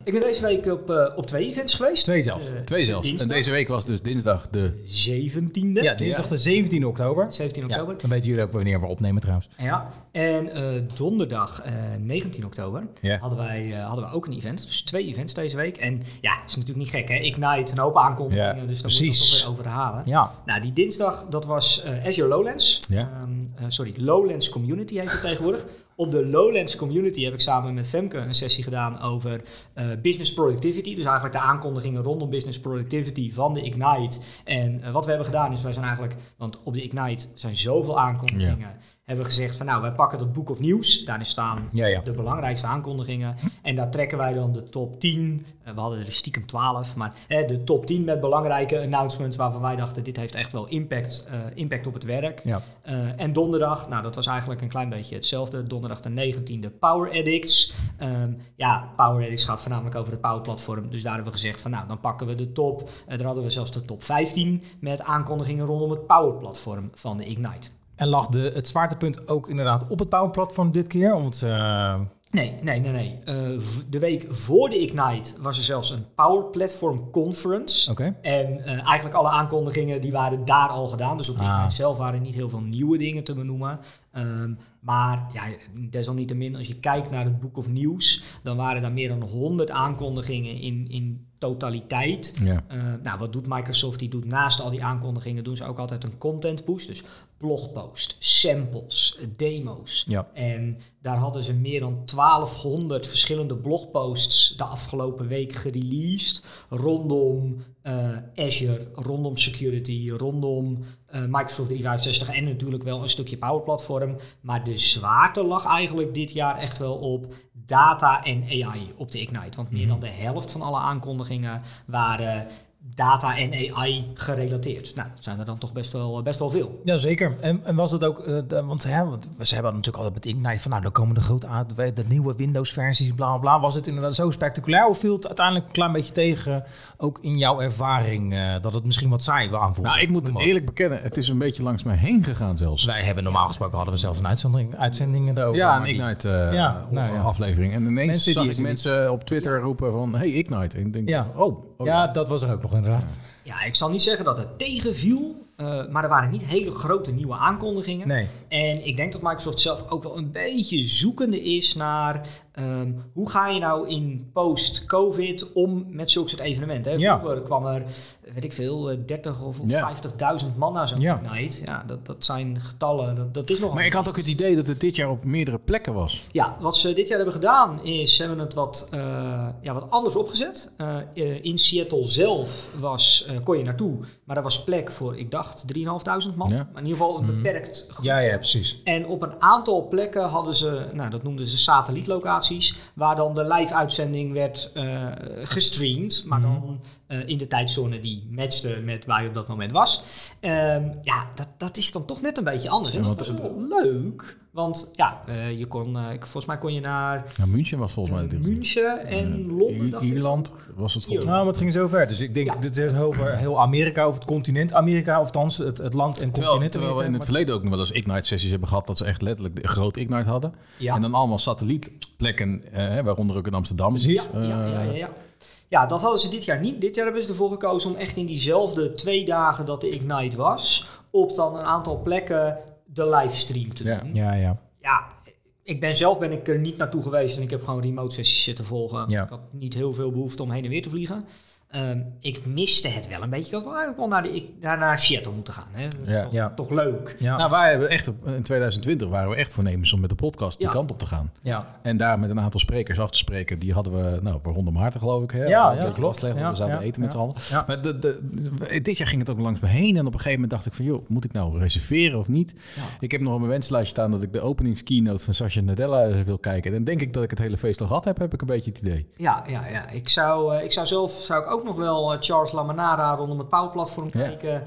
Ik ben deze week op, uh, op twee events geweest. Twee zelfs. Uh, Twee zelfs. dinsdag. En deze week was dus dinsdag de... zeventiende. Ja, dinsdag de zeventiende oktober. zeventien oktober. Ja, dan weten jullie ook wanneer we opnemen trouwens. Ja, en uh, donderdag uh, negentien oktober Ja. hadden, wij, uh, hadden we ook een event. Dus twee events deze week. En ja, is natuurlijk niet gek hè. Ignite, een hoop aankondigingen. Ja, dus daar moet je precies. toch weer over herhalen. Ja. Nou, die dinsdag, dat was uh, Azure Lowlands. Ja. Um, uh, sorry, Lowlands Community heet het tegenwoordig. Op de Lowlands Community heb ik samen met Femke een sessie gedaan over uh, business productivity. Dus eigenlijk de aankondigingen rondom business productivity van de Ignite. En uh, wat we hebben gedaan is, wij zijn eigenlijk, want op de Ignite zijn zoveel aankondigingen, Ja. hebben we gezegd van nou, wij pakken dat boek of nieuws. Daarin staan Ja, ja. de belangrijkste aankondigingen. En daar trekken wij dan de top tien. Uh, we hadden er stiekem twaalf, maar hè, de top tien met belangrijke announcements waarvan wij dachten, dit heeft echt wel impact, uh, impact op het werk. Ja. Uh, en donderdag, nou dat was eigenlijk een klein beetje hetzelfde. Donderdag de negentiende Power Addicts. Um, ja, Power Addicts gaat voornamelijk over het Power Platform. Dus daar hebben we gezegd van nou, dan pakken we de top. Uh, daar hadden we zelfs de top vijftien met aankondigingen rondom het Power Platform van de Ignite. En lag de, het zwaartepunt ook inderdaad op het Power Platform dit keer? Want, uh... Nee, nee, nee, nee. Uh, v- de week voor de Ignite was er zelfs een Power Platform Conference. Oké. En uh, eigenlijk alle aankondigingen die waren daar al gedaan. Dus op de Ah. Ignite zelf waren niet heel veel nieuwe dingen te benoemen. Um, maar ja, desalniettemin, als je kijkt naar het Book of Nieuws, dan waren daar meer dan honderd aankondigingen in, in totaliteit. Ja. Uh, nou, wat doet Microsoft? Die doet naast al die aankondigingen, doen ze ook altijd een content push. Dus blogpost, samples, demo's. Ja. En daar hadden ze meer dan twaalfhonderd verschillende blogposts de afgelopen week gereleased. Rondom uh, Azure, rondom security, rondom uh, Microsoft driehonderdvijfenzestig en natuurlijk wel een stukje Power Platform. Maar de zwaarte lag eigenlijk dit jaar echt wel op data en A I op de Ignite. Want meer dan de helft van alle aankondigingen waren data en A I gerelateerd. Nou, dat zijn er dan toch best wel, best wel veel. Jazeker. En, en was het ook, uh, de, want hè, want ze hebben natuurlijk altijd met Ignite van nou, dan komen de grote A- de, de nieuwe Windows-versies, bla bla bla. Was het inderdaad zo spectaculair of viel het uiteindelijk een klein beetje tegen, ook in jouw ervaring, uh, dat het misschien wat saai aanvoelde? Nou, ik moet Noem maar. eerlijk bekennen, het is een beetje langs mij heen gegaan zelfs. Wij hebben normaal gesproken hadden we zelfs een uitzending, uitzending erover. Ja, maar een die- Ignite uh, Ja, nou ja. aflevering. En ineens Mensen zag die ik het mensen op Twitter roepen van, hey Ignite. En ik denk, Ja. oh, oh Ja, dat was er ook nog inderdaad. Ja, ik zal niet zeggen dat het tegenviel, uh, maar er waren niet hele grote nieuwe aankondigingen. Nee. En ik denk dat Microsoft zelf ook wel een beetje zoekende is naar um, hoe ga je nou in post-COVID om met zulke soort evenementen. Hè? Ja. Vroeger kwam er, weet ik veel, uh, dertig of Ja. vijftigduizend man naar zo'n Ja. Ignite. Ja, dat, dat zijn getallen, dat, dat is nog Maar ik had ook het idee dat het dit jaar op meerdere plekken was. Ja, wat ze dit jaar hebben gedaan is, ze hebben het wat, uh, ja, wat anders opgezet. Uh, uh, in Seattle zelf was, uh, kon je naartoe, maar er was plek voor, ik dacht, drieduizendvijfhonderd man. Ja. Maar in ieder geval een beperkt groep. Ja, ja, precies. En op een aantal plekken hadden ze, nou dat noemden ze satellietlocaties, waar dan de live-uitzending werd uh, gestreamd, maar dan uh, in de tijdzone die matchte met waar je op dat moment was. Um, ja, dat, dat is dan toch net een beetje anders. En Ja, dat want- was wel leuk, want ja, uh, je kon, uh, volgens mij kon je naar Nou, München was volgens mij dit. München en Londen, I- dacht ik. Ierland was het volgens mij. Nou, maar het ging zo ver. Dus ik denk, Ja. dit is over heel Amerika, over het continent Amerika, of althans het, het land en Terwijl, continent terwijl we in het Amerika. verleden ook nog wel eens Ignite-sessies hebben gehad, dat ze echt letterlijk een groot Ignite hadden. Ja. En dan allemaal satellietplekken, eh, waaronder ook in Amsterdam. Precies. Eh, Ja, ja, ja, ja. Ja, dat hadden ze dit jaar niet. Dit jaar hebben ze ervoor gekozen om echt in diezelfde twee dagen dat de Ignite was, op dan een aantal plekken de livestream te Ja. doen. Ja, ja. Ja, ik ben zelf ben ik er niet naartoe geweest en ik heb gewoon remote sessies zitten volgen. Ja. Ik had niet heel veel behoefte om heen en weer te vliegen. Um, ik miste het wel een beetje. Ik had wel eigenlijk wel naar, de, ik- naar, naar Seattle moeten gaan. Hè. Dat is Ja. toch, Ja. toch leuk. Ja. Nou, wij hebben echt op- in twintig twintig waren we echt voornemens om met de podcast die Ja. kant op te gaan. ja. En daar met een aantal sprekers af te spreken. Die hadden we, nou, voor Ronde Maarten geloof ik. Hè? Ja, Een ja, beetje klopt. vastleggen. Ja, we zouden ja, eten met ja. z'n allen. Ja. Maar de, de, de- dit jaar ging het ook langs me heen. En op een gegeven moment dacht ik van, joh, moet ik nou reserveren of niet? Ja. Ik heb nog op mijn wenslijst staan dat ik de openingskeynote van Satya Nadella eens wil kijken. En dan denk ik dat ik het hele feest al gehad heb, heb ik een beetje het idee. Ja, ja, ja. Ik zou, uh, ik zou zelf zou ik ook nog wel uh, Charles Lamanara rondom het Power Platform Ja. kijken.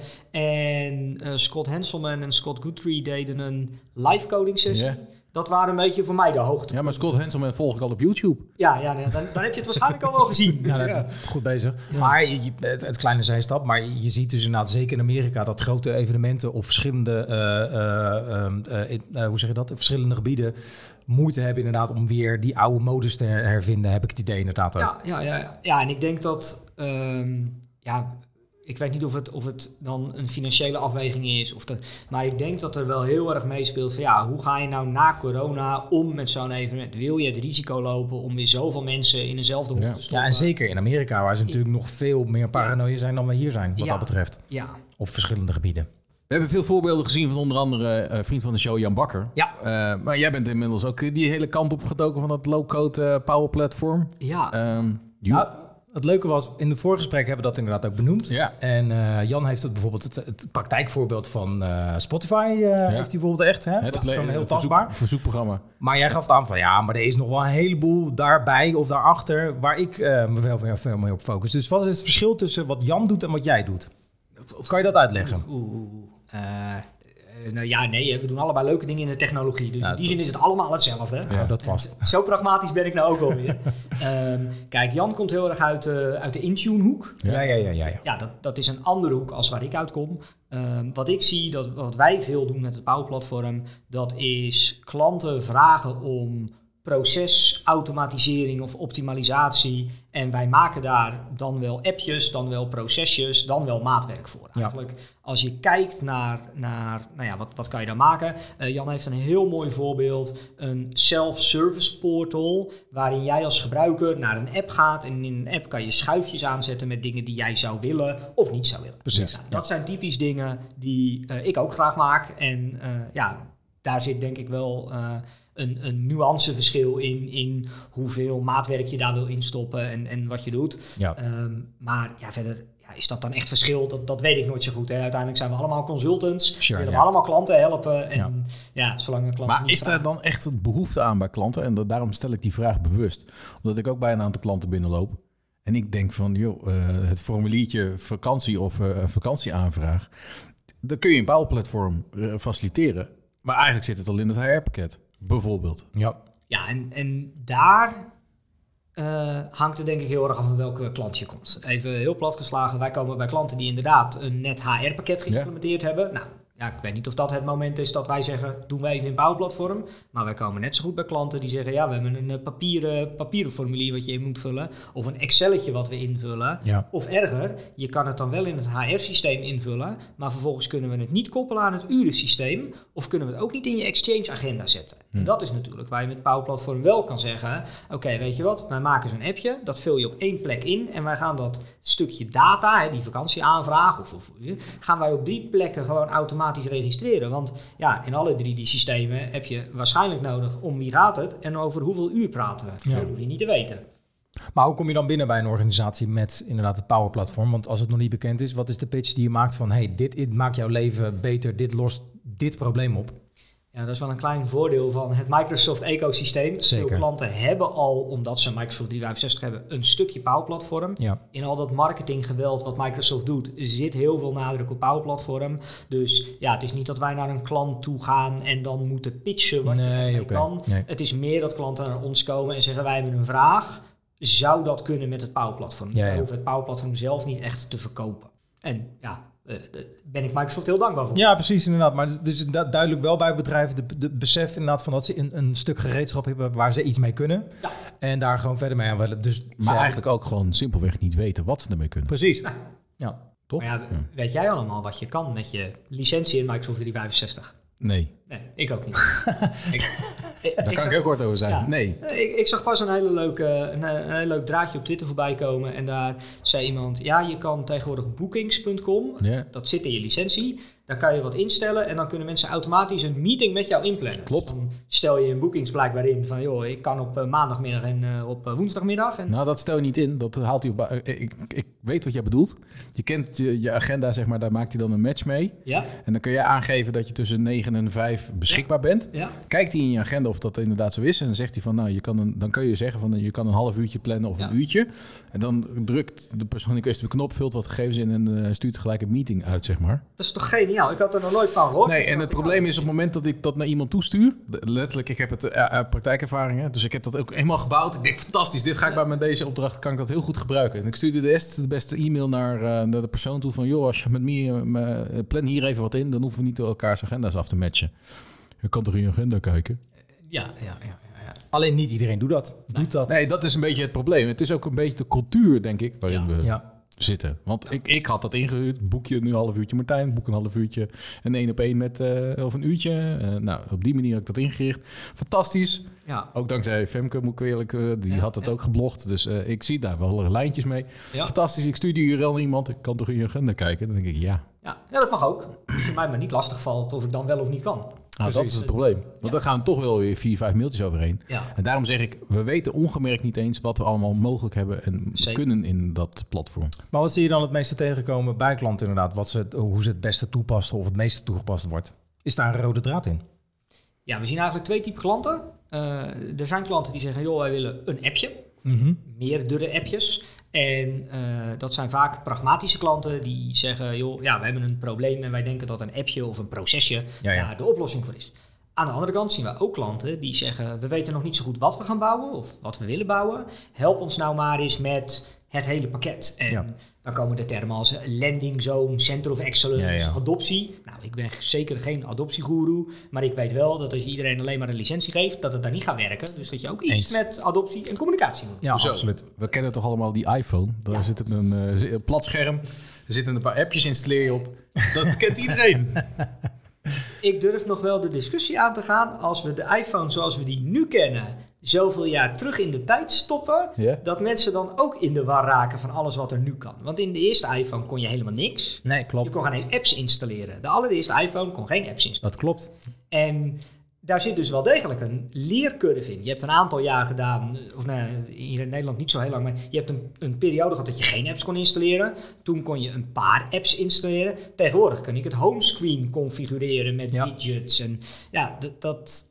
En uh, Scott Hanselman en Scott Guthrie deden een live coding sessie. Ja. Dat waren een beetje voor mij de hoogte. Ja, maar Scott Hanselman volg ik al op YouTube. Ja, ja nee, dan, dan heb je het waarschijnlijk al wel gezien. Ja, dat- goed bezig. Maar je, je- het, het kleine zijstap, maar je ziet dus inderdaad zeker in Amerika dat grote evenementen op verschillende, eh, eh, eh, eh, in- eh, hoe zeg je dat, in verschillende gebieden moeite hebben inderdaad om weer die oude modus te hervinden, heb ik het idee inderdaad ook. Ja, ja, ja, ja, en ik denk dat, um, ja, ik weet niet of het, of het dan een financiële afweging is, of de, maar ik denk dat er wel heel erg meespeelt van ja, hoe ga je nou na corona om met zo'n evenement? Wil je het risico lopen om weer zoveel mensen in dezelfde hoek Ja. te stoppen? Ja, en zeker in Amerika, waar ze natuurlijk nog veel meer paranoia zijn dan we hier zijn, wat Ja. dat betreft. Ja, Op verschillende gebieden. We hebben veel voorbeelden gezien van onder andere uh, vriend van de show Jan Bakker. Ja. Uh, maar jij bent inmiddels ook die hele kant op gedoken van dat low-code uh, power platform. ja. Um, you- Nou, het leuke was, in het voorgesprek hebben we dat inderdaad ook benoemd. Ja. En uh, Jan heeft het bijvoorbeeld, het, het praktijkvoorbeeld van uh, Spotify uh, heeft hij bijvoorbeeld echt. Hè? Hè, dat dat is le- gewoon heel verzoek- tastbaar. verzoekprogramma. Maar jij gaf het aan van ja, maar er is nog wel een heleboel daarbij of daarachter waar ik uh, me wel veel, veel meer op focus. Dus wat is het verschil tussen wat Jan doet en wat jij doet? Kan je dat uitleggen? Oeh, uh, uh, nou ja, nee, hè, we doen allebei leuke dingen in de technologie. Dus Ja, in die dat- zin is het allemaal hetzelfde. Ja, dat vast. Zo pragmatisch ben ik nou ook wel weer. um, kijk, Jan komt heel erg uit, uh, uit de Intune hoek. Ja, ja, ja, ja. ja. Ja, dat, dat is een andere hoek als waar ik uitkom. Um, wat ik zie, dat, wat wij veel doen met het Power Platform, dat is klanten vragen om procesautomatisering of optimalisatie. En wij maken daar dan wel appjes, dan wel procesjes, dan wel maatwerk voor. Ja. Eigenlijk als je kijkt naar, naar nou ja, wat, wat kan je daar maken? Uh, Jan heeft een heel mooi voorbeeld. Een self-service portal waarin jij als gebruiker naar een app gaat. En in een app kan je schuifjes aanzetten met dingen die jij zou willen of niet zou willen. Precies. Nou, dat zijn typisch dingen die uh, ik ook graag maak. En uh, ja, daar zit denk ik wel uh, een, een nuanceverschil in, in hoeveel maatwerk je daar wil instoppen en, en wat je doet. Ja. Um, maar ja, verder ja, is dat dan echt verschil? Dat, dat weet ik nooit zo goed. Hè. Uiteindelijk zijn we allemaal consultants. Sure, we willen ja. allemaal klanten helpen. En Ja. ja, zolang een klant Maar niet is daar vraagt. dan echt een behoefte aan bij klanten? En dat, daarom stel ik die vraag bewust. Omdat ik ook bij een aantal klanten binnenloop. En ik denk van, joh, uh, het formuliertje vakantie of uh, vakantieaanvraag. Dat kun je in Power Platform uh, faciliteren. Maar eigenlijk zit het al in het H R-pakket. Bijvoorbeeld. Ja. Ja, en, en daar uh, hangt het denk ik heel erg af van welke klant je komt. Even heel plat geslagen, wij komen bij klanten die inderdaad een net H R-pakket geïmplementeerd ja. hebben. Nou, ja, ik weet niet of dat het moment is dat wij zeggen, doen we even in Power Platform. Maar wij komen net zo goed bij klanten die zeggen, ja, we hebben een uh, papieren, papieren formulier wat je in moet vullen. Of een Excelletje wat we invullen. Ja. Of erger, je kan het dan wel in het H R-systeem invullen. Maar vervolgens kunnen we het niet koppelen aan het urensysteem. Of kunnen we het ook niet in je Exchange-agenda zetten. Hm. En dat is natuurlijk waar je met Power Platform wel kan zeggen, oké, okay, weet je wat, wij maken zo'n appje. Dat vul je op één plek in. En wij gaan dat stukje data, hè, die vakantieaanvraag, of, of gaan wij op drie plekken gewoon automatisch registreren. Want ja, in alle drie die systemen heb je waarschijnlijk nodig om wie gaat het en over hoeveel uur praten we. Ja. Dat hoef je niet te weten. Maar hoe kom je dan binnen bij een organisatie met inderdaad het Power Platform? Want als het nog niet bekend is, wat is de pitch die je maakt van hey, dit, dit maakt jouw leven beter, dit lost dit probleem op? Ja, dat is wel een klein voordeel van het Microsoft-ecosysteem. Zeker. Veel klanten hebben al, omdat ze Microsoft driehonderdvijfenzestig hebben, een stukje Power Platform. Ja. In al dat marketinggeweld wat Microsoft doet, zit heel veel nadruk op Power Platform. Dus ja, het is niet dat wij naar een klant toe gaan en dan moeten pitchen wat Nee, je ermee oké. kan. Nee. Het is meer dat klanten naar ons komen en zeggen, wij hebben een vraag. Zou dat kunnen met het Power Platform? Ja, ja. We hoeven het Power Platform zelf niet echt te verkopen. En ja, uh, daar ben ik Microsoft heel dankbaar voor. Ja, precies inderdaad. Maar het is du- duidelijk wel bij bedrijven de, de besef inderdaad van dat ze een, een stuk gereedschap hebben waar ze iets mee kunnen. Ja. En daar gewoon verder mee aan willen. Dus Maar ja, eigenlijk ook gewoon simpelweg niet weten wat ze ermee kunnen. precies. Ja. Ja. Toch? Maar ja, weet jij allemaal wat je kan met je licentie in Microsoft driehonderdvijfenzestig? Nee, Nee, ik ook niet. ik, ik, daar kan zag, ik ook kort over zijn. Ja. Nee. ik, ik zag pas een hele leuke, een, een heel leuk draadje op Twitter voorbij komen. En daar zei iemand, ja, je kan tegenwoordig bookings punt com, Ja. dat zit in je licentie. Daar kan je wat instellen en dan kunnen mensen automatisch een meeting met jou inplannen. Klopt. Dus dan stel je in bookings blijkbaar in van, joh, ik kan op uh, maandagmiddag en uh, op uh, woensdagmiddag. En Nou, dat stel je niet in. Dat haalt hij op. ba- Ik, ik weet wat jij bedoelt. Je kent je, je agenda, zeg maar, daar maakt hij dan een match mee. ja, En dan kun je aangeven dat je tussen negen en vijf beschikbaar bent. ja. Kijkt hij in je agenda of dat inderdaad zo is. En dan zegt hij van, nou, je kan een, dan kun je zeggen van, je kan een half uurtje plannen of Ja. een uurtje. En dan drukt de persoon in kwestie op de knop, vult wat gegevens in en uh, stuurt gelijk een meeting uit, zeg maar. Dat is toch geniaal? Ik had er nog nooit van gehoord. Nee, en het probleem is op het moment dat ik dat naar iemand toestuur, letterlijk, ik heb het uh, uh, praktijkervaringen, dus ik heb dat ook helemaal gebouwd. Ik denk, fantastisch, dit ga ik bij mijn deze opdracht, kan ik dat heel goed gebruiken. En ik stuurde de beste, de beste e-mail naar, uh, naar de persoon toe van, joh, als je met me, uh, plan hier even wat in, dan hoeven we niet elkaars agenda's af te matchen. Je kan toch in je agenda kijken? Ja, ja, ja, ja, ja. Alleen niet iedereen doet dat. Doet dat. Nee, dat is een beetje het probleem. Het is ook een beetje de cultuur, denk ik, waarin Ja. we Ja. zitten. Want ik, ik had dat ingehuurd. Boekje nu een half uurtje Martijn, boek een half uurtje. En één op één met uh, of een uurtje. Uh, nou, op die manier heb ik dat ingericht. Fantastisch. Ja. Ook dankzij Femke, moet ik eerlijk, uh, die Ja, had dat ja. ook geblogd. Dus uh, ik zie daar wel lijntjes mee. Ja. Fantastisch. Ik stuur die U R L naar iemand. Ik kan toch in je agenda kijken? Dan denk ik, ja. Ja, ja, dat mag ook. Als het mij maar niet lastig valt of ik dan wel of niet kan. Nou, dat is het probleem. Want Ja. dan gaan toch wel weer vier, vijf mailtjes overheen. Ja. En daarom zeg ik, we weten ongemerkt niet eens wat we allemaal mogelijk hebben en Zeker. kunnen in dat platform. Maar wat zie je dan het meeste tegenkomen bij klanten inderdaad? Wat ze, hoe ze het beste toepassen of het meeste toegepast wordt? Is daar een rode draad in? Ja, we zien eigenlijk twee typen klanten. Uh, er zijn klanten die zeggen, joh, wij willen een appje. Mm-hmm. Meerdere appjes. En uh, dat zijn vaak pragmatische klanten die zeggen, joh, ja, we hebben een probleem en wij denken dat een appje of een procesje Ja, ja. daar de oplossing voor is. Aan de andere kant zien we ook klanten die zeggen, we weten nog niet zo goed wat we gaan bouwen of wat we willen bouwen. Help ons nou maar eens met het hele pakket. En Ja. dan komen de termen als landing zone, center of excellence, Ja, ja. adoptie. Nou, ik ben zeker geen adoptiegoeroe, maar ik weet wel dat als je iedereen alleen maar een licentie geeft, dat het daar niet gaat werken. Dus dat je ook iets Eens. met adoptie en communicatie moet. Ja, Zo, absoluut. We kennen toch allemaal die iPhone. Daar Ja. zit een, uh, een plat scherm. Er zitten een paar appjes, installeer je op. Dat kent iedereen. Ik durf nog wel de discussie aan te gaan als we de iPhone zoals we die nu kennen zoveel jaar terug in de tijd stoppen, Ja. dat mensen dan ook in de war raken van alles wat er nu kan. Want in de eerste iPhone kon je helemaal niks. Nee, Je klopt. kon geen eens apps installeren. De allereerste iPhone kon geen apps installeren. Dat klopt. En daar zit dus wel degelijk een leercurve in. Je hebt een aantal jaar gedaan, of nou, hier in Nederland niet zo heel lang, maar je hebt een, een periode gehad dat je geen apps kon installeren. Toen kon je een paar apps installeren. Tegenwoordig kan ik het homescreen configureren met Ja. widgets. En ja, dat... dat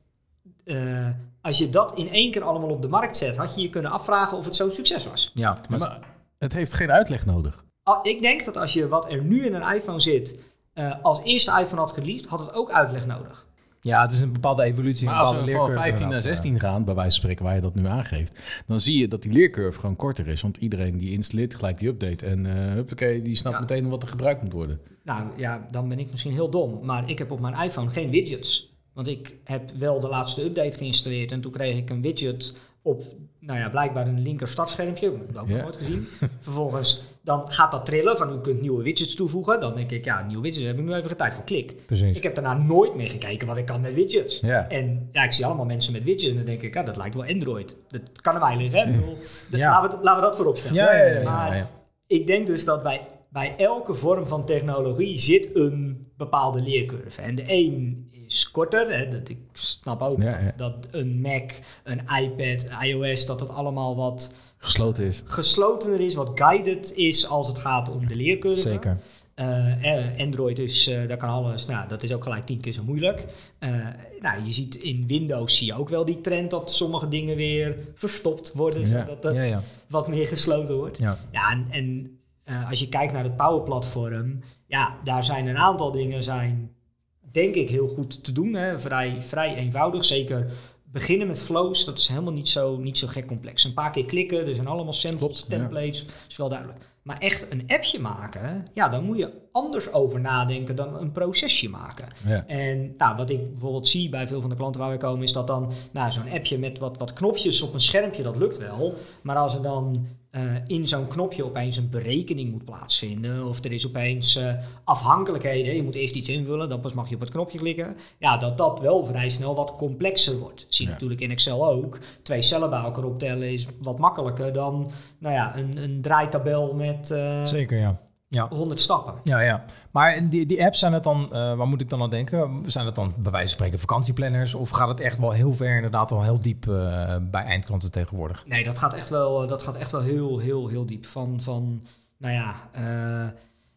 uh, als je dat in één keer allemaal op de markt zet, had je je kunnen afvragen of het zo'n succes was. Ja, maar, Maar het heeft geen uitleg nodig. Al- Ik denk dat als je wat er nu in een iPhone zit, uh, als eerste iPhone had geleased, had het ook uitleg nodig. ja, het is een bepaalde evolutie. Maar een als bepaalde we van leercurve vijftien naar inderdaad, zestien gaan, bij wijze van spreken waar je dat nu aangeeft, dan zie je dat die leercurve gewoon korter is. Want iedereen die installeert gelijk die update en uh, huppakee, die snapt Ja. meteen wat er gebruikt moet worden. Nou ja, dan ben ik misschien heel dom, maar ik heb op mijn iPhone geen widgets. Want ik heb wel de laatste update geïnstalleerd en toen kreeg ik een widget op, nou ja, blijkbaar een linker startschermpje. Dat heb ik ook nog Ja. nooit gezien. Vervolgens, dan gaat dat trillen van u kunt nieuwe widgets toevoegen. Dan denk ik, ja, nieuwe widgets, daar heb ik nu even geen tijd voor. Klik. Precies. Ik heb daarna nooit meer gekeken wat ik kan met widgets. Ja. En ja, ik zie allemaal mensen met widgets en dan denk ik, ja, dat lijkt wel Android. Dat kan aan mij liggen, hè? Ik bedoel, dat- Ja. laten, we, laten we dat voorop stellen. Ja, ja, ja, ja, Maar ja. ik denk dus dat bij, bij elke vorm van technologie zit een bepaalde leercurve. En de een is korter. Hè, dat ik snap ook Ja, ja. dat een Mac, een iPad, iOS, dat het allemaal wat Gesloten is. geslotener is, wat guided is als het gaat om de leercurve. Zeker. Uh, eh, Android is, uh, daar kan alles, nou, dat is ook gelijk tien keer zo moeilijk. Uh, nou, je ziet in Windows zie je ook wel die trend dat sommige dingen weer verstopt worden, Ja. zodat dat Ja, ja. wat meer gesloten wordt. Ja. Ja, en, en uh, als je kijkt naar het Power Platform, ja, daar zijn een aantal dingen zijn, denk ik, heel goed te doen. Hè? Vrij, vrij eenvoudig, zeker beginnen met flows, dat is helemaal niet zo, niet zo gek complex. Een paar keer klikken, er zijn allemaal samples, Klopt, ja. templates, is wel duidelijk. Maar echt een appje maken, ja, dan moet je anders over nadenken dan een procesje maken. Ja. En nou, wat ik bijvoorbeeld zie bij veel van de klanten waar we komen, is dat dan nou, zo'n appje met wat, wat knopjes op een schermpje, dat lukt wel. Maar als er dan uh, in zo'n knopje opeens een berekening moet plaatsvinden, of er is opeens uh, afhankelijkheden, je moet eerst iets invullen, dan pas mag je op het knopje klikken. Ja, dat dat wel vrij snel wat complexer wordt. Zie je Ja. natuurlijk in Excel ook. Twee cellen bij elkaar optellen is wat makkelijker dan nou ja, een, een draaitabel met uh, Zeker, ja. Ja. honderd stappen. Ja, ja. Maar die, die apps, zijn het dan, uh, waar moet ik dan aan denken? Zijn het dan bij wijze van spreken vakantieplanners? Of gaat het echt wel heel ver, inderdaad al heel diep uh, bij eindklanten tegenwoordig? Nee, dat gaat echt wel, dat gaat echt wel heel, heel, heel diep. Van, van nou ja, uh,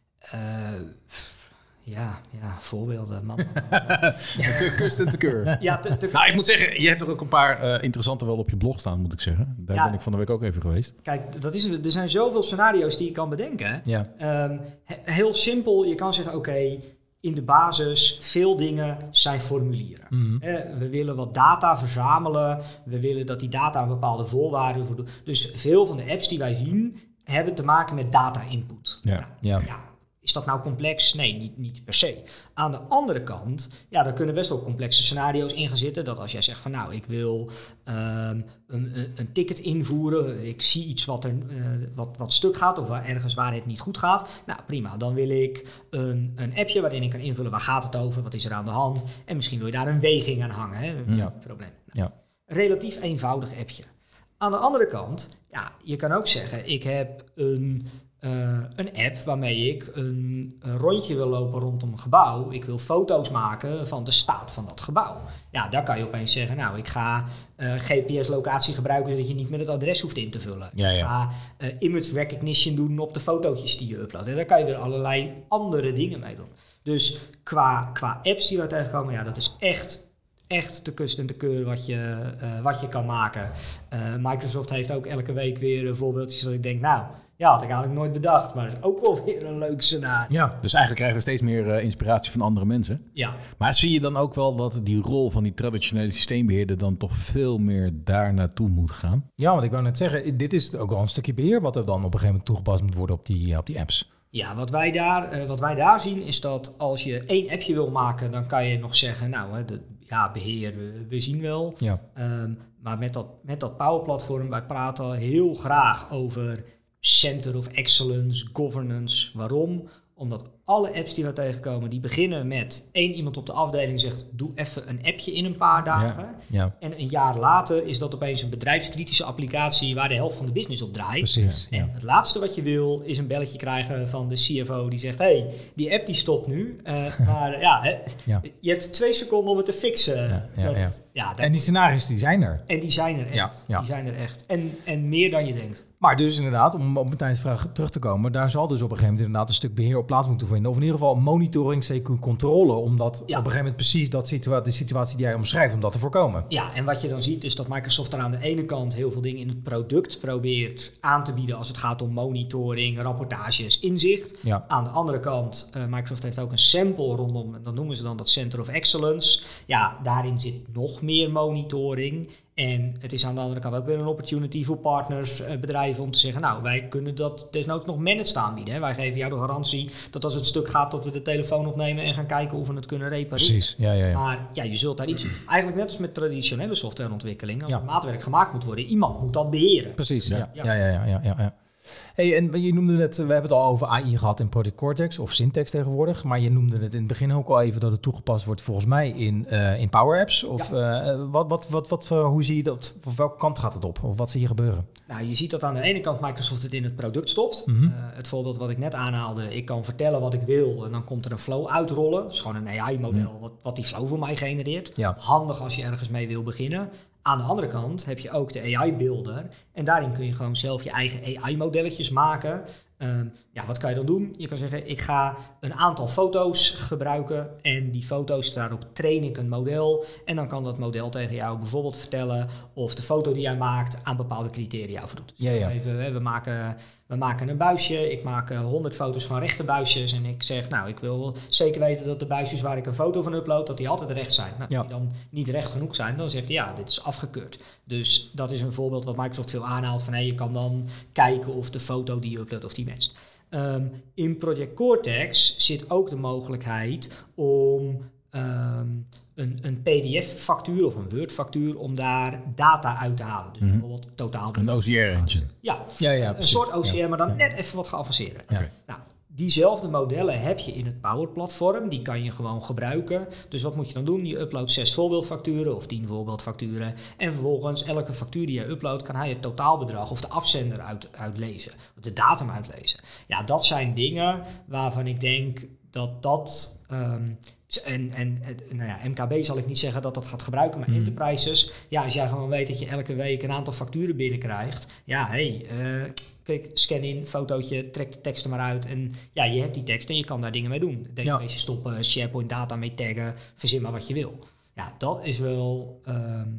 uh, ja, ja, voorbeelden. Man, man, man. Te kust en te keur. Ja, te, te, Nou, ik moet zeggen, je hebt er ook een paar uh, interessante wel op je blog staan, moet ik zeggen. Daar Ja. ben ik van de week ook even geweest. Kijk, dat is, er zijn zoveel scenario's die je kan bedenken. Ja. Um, he- heel simpel, je kan zeggen, oké, okay, in de basis, veel dingen zijn formulieren. Mm-hmm. Eh, we willen wat data verzamelen. We willen dat die data een bepaalde voorwaarden voldoen. Dus veel van de apps die wij zien, hebben te maken met data input. Ja. Nou, Ja. ja. Is dat nou complex? Nee, niet, niet per se. Aan de andere kant, ja, daar kunnen best wel complexe scenario's in gaan zitten. Dat als jij zegt van nou, ik wil um, een, een ticket invoeren. Ik zie iets wat, er, uh, wat, wat stuk gaat of waar, ergens waar het niet goed gaat. Nou, prima. Dan wil ik een, een appje waarin ik kan invullen waar gaat het over, wat is er aan de hand. En misschien wil je daar een weging aan hangen. Hè? Ja. Probleem. Nou, Ja. relatief eenvoudig appje. Aan de andere kant, ja, je kan ook zeggen, ik heb een, uh, een app waarmee ik een, een rondje wil lopen rondom een gebouw. Ik wil foto's maken van de staat van dat gebouw. Ja, daar kan je opeens zeggen, nou, ik ga uh, G P S-locatie gebruiken zodat je niet meer het adres hoeft in te vullen. Ja, ja. Ik ga uh, image recognition doen op de fotootjes die je uploadt. En daar kan je weer allerlei andere dingen mee doen. Dus qua, qua apps die we tegenkomen, ja, dat is echt... Echt te kust en te keur wat je, uh, wat je kan maken. Uh, Microsoft heeft ook elke week weer voorbeeldjes dat ik denk, nou, ja, had ik eigenlijk nooit bedacht. Maar dat is ook wel weer een leuk scenario. Ja, dus eigenlijk krijgen we steeds meer uh, inspiratie van andere mensen. Ja. Maar zie je dan ook wel dat die rol van die traditionele systeembeheerder dan toch veel meer daar naartoe moet gaan? Ja, want ik wou net zeggen, dit is ook wel een stukje beheer wat er dan op een gegeven moment toegepast moet worden op die, op die apps. Ja, wat wij, daar, uh, wat wij daar zien is dat als je één appje wil maken, dan kan je nog zeggen, nou, hè, de, ja, beheer, we, we zien wel. Ja. Um, maar met dat, met dat Power Platform, wij praten heel graag over Center of Excellence, governance. Waarom? Omdat alle apps die we tegenkomen, die beginnen met één iemand op de afdeling zegt, doe even een appje in een paar dagen. Ja, ja. En een jaar later is dat opeens een bedrijfskritische applicatie waar de helft van de business op draait. Precies. En Ja. het laatste wat je wil is een belletje krijgen van de C F O die zegt, hey, die app die stopt nu. Uh, maar ja, hè, Ja. je hebt twee seconden om het te fixen. Ja, ja, Dat- ja. ja, dat- En die scenario's die zijn er. en die zijn er echt. Ja, ja. Die zijn er echt. En, en meer dan je denkt. Maar dus inderdaad, om op Martijn's vraag terug te komen, daar zal dus op een gegeven moment inderdaad een stuk beheer op plaats moeten vinden. Of in ieder geval monitoring, C Q controle, omdat Ja. op een gegeven moment precies dat situa- de situatie die jij omschrijft, om dat te voorkomen. Ja, en wat je dan ziet is dat Microsoft er aan de ene kant heel veel dingen in het product probeert aan te bieden als het gaat om monitoring, rapportages, inzicht. Ja. Aan de andere kant, uh, Microsoft heeft ook een sample rondom, en dat noemen ze dan dat Center of Excellence. Ja, daarin zit nog meer monitoring. En het is aan de andere kant ook weer een opportunity voor partners, uh, bedrijven, om te zeggen, nou, wij kunnen dat desnoods nog managed aanbieden. Hè. Wij geven jou de garantie dat als het stuk gaat, dat we de telefoon opnemen en gaan kijken of we het kunnen repareren. Precies, ja, ja, ja. Maar ja, je zult daar iets... Eigenlijk net als met traditionele softwareontwikkeling. Als Ja. er maatwerk gemaakt moet worden, iemand moet dat beheren. Precies, ja. Ja. Ja, ja, ja, ja, ja, ja. Hey, en je noemde het, we hebben het al over A I gehad in Project Cortex of Syntax tegenwoordig, maar je noemde het in het begin ook al even dat het toegepast wordt volgens mij in, uh, in Power Apps. Of uh, wat, wat, wat, wat, uh, hoe zie je dat? Of welke kant gaat het op? Of wat zie je gebeuren? Nou, je ziet dat aan de ene kant Microsoft het in het product stopt. Mhm. Uh, het voorbeeld wat ik net aanhaalde, ik kan vertellen wat ik wil en dan komt er een flow uitrollen. Dat is gewoon een A I-model Mhm. wat, wat die flow voor mij genereert. Ja. Handig als je ergens mee wil beginnen. Aan de andere kant heb je ook de A I-builder. En daarin kun je gewoon zelf je eigen A I-modelletjes maken. Um, ja, wat kan je dan doen? Je kan zeggen, ik ga een aantal foto's gebruiken. En die foto's, daarop train ik een model. En dan kan dat model tegen jou bijvoorbeeld vertellen of de foto die jij maakt aan bepaalde criteria voldoet. Dus Ja, ja. Even, hè, we, maken, we maken een buisje. Ik maak uh, honderd foto's van rechte buisjes. En ik zeg, nou, ik wil zeker weten dat de buisjes waar ik een foto van upload, dat die altijd recht zijn. Nou, Ja. als die dan niet recht genoeg zijn, dan zegt hij, ja, dit is afgekeurd. Dus dat is een voorbeeld wat Microsoft veel aanhaalt van, hey, je kan dan kijken of de foto die je uploadt, of die matcht. Um, in Project Cortex zit ook de mogelijkheid om um, een, een P D F-factuur of een Word-factuur om daar data uit te halen. Dus Mm-hmm. bijvoorbeeld totaal... Een O C R-engine. Ja, Ja, ja, een precies. soort O C R, Ja. maar dan Ja. net even wat geavanceerder. Ja. Nou, diezelfde modellen heb je in het Power-platform. Die kan je gewoon gebruiken. Dus wat moet je dan doen? Je uploadt zes voorbeeldfacturen of tien voorbeeldfacturen. En vervolgens, elke factuur die je uploadt, kan hij het totaalbedrag of de afzender uit, uitlezen. Of de datum uitlezen. Ja, dat zijn dingen waarvan ik denk dat dat... Um, En, en nou ja, M K B zal ik niet zeggen dat dat gaat gebruiken, maar Mm. enterprises, ja, als jij gewoon weet dat je elke week een aantal facturen binnenkrijgt, ja, hé, hey, uh, klik, scan in, fotootje, trek de tekst er maar uit en ja, je hebt die tekst en je kan daar dingen mee doen. Database stoppen, SharePoint data mee taggen, verzin maar wat je wil. Ja, dat is wel um,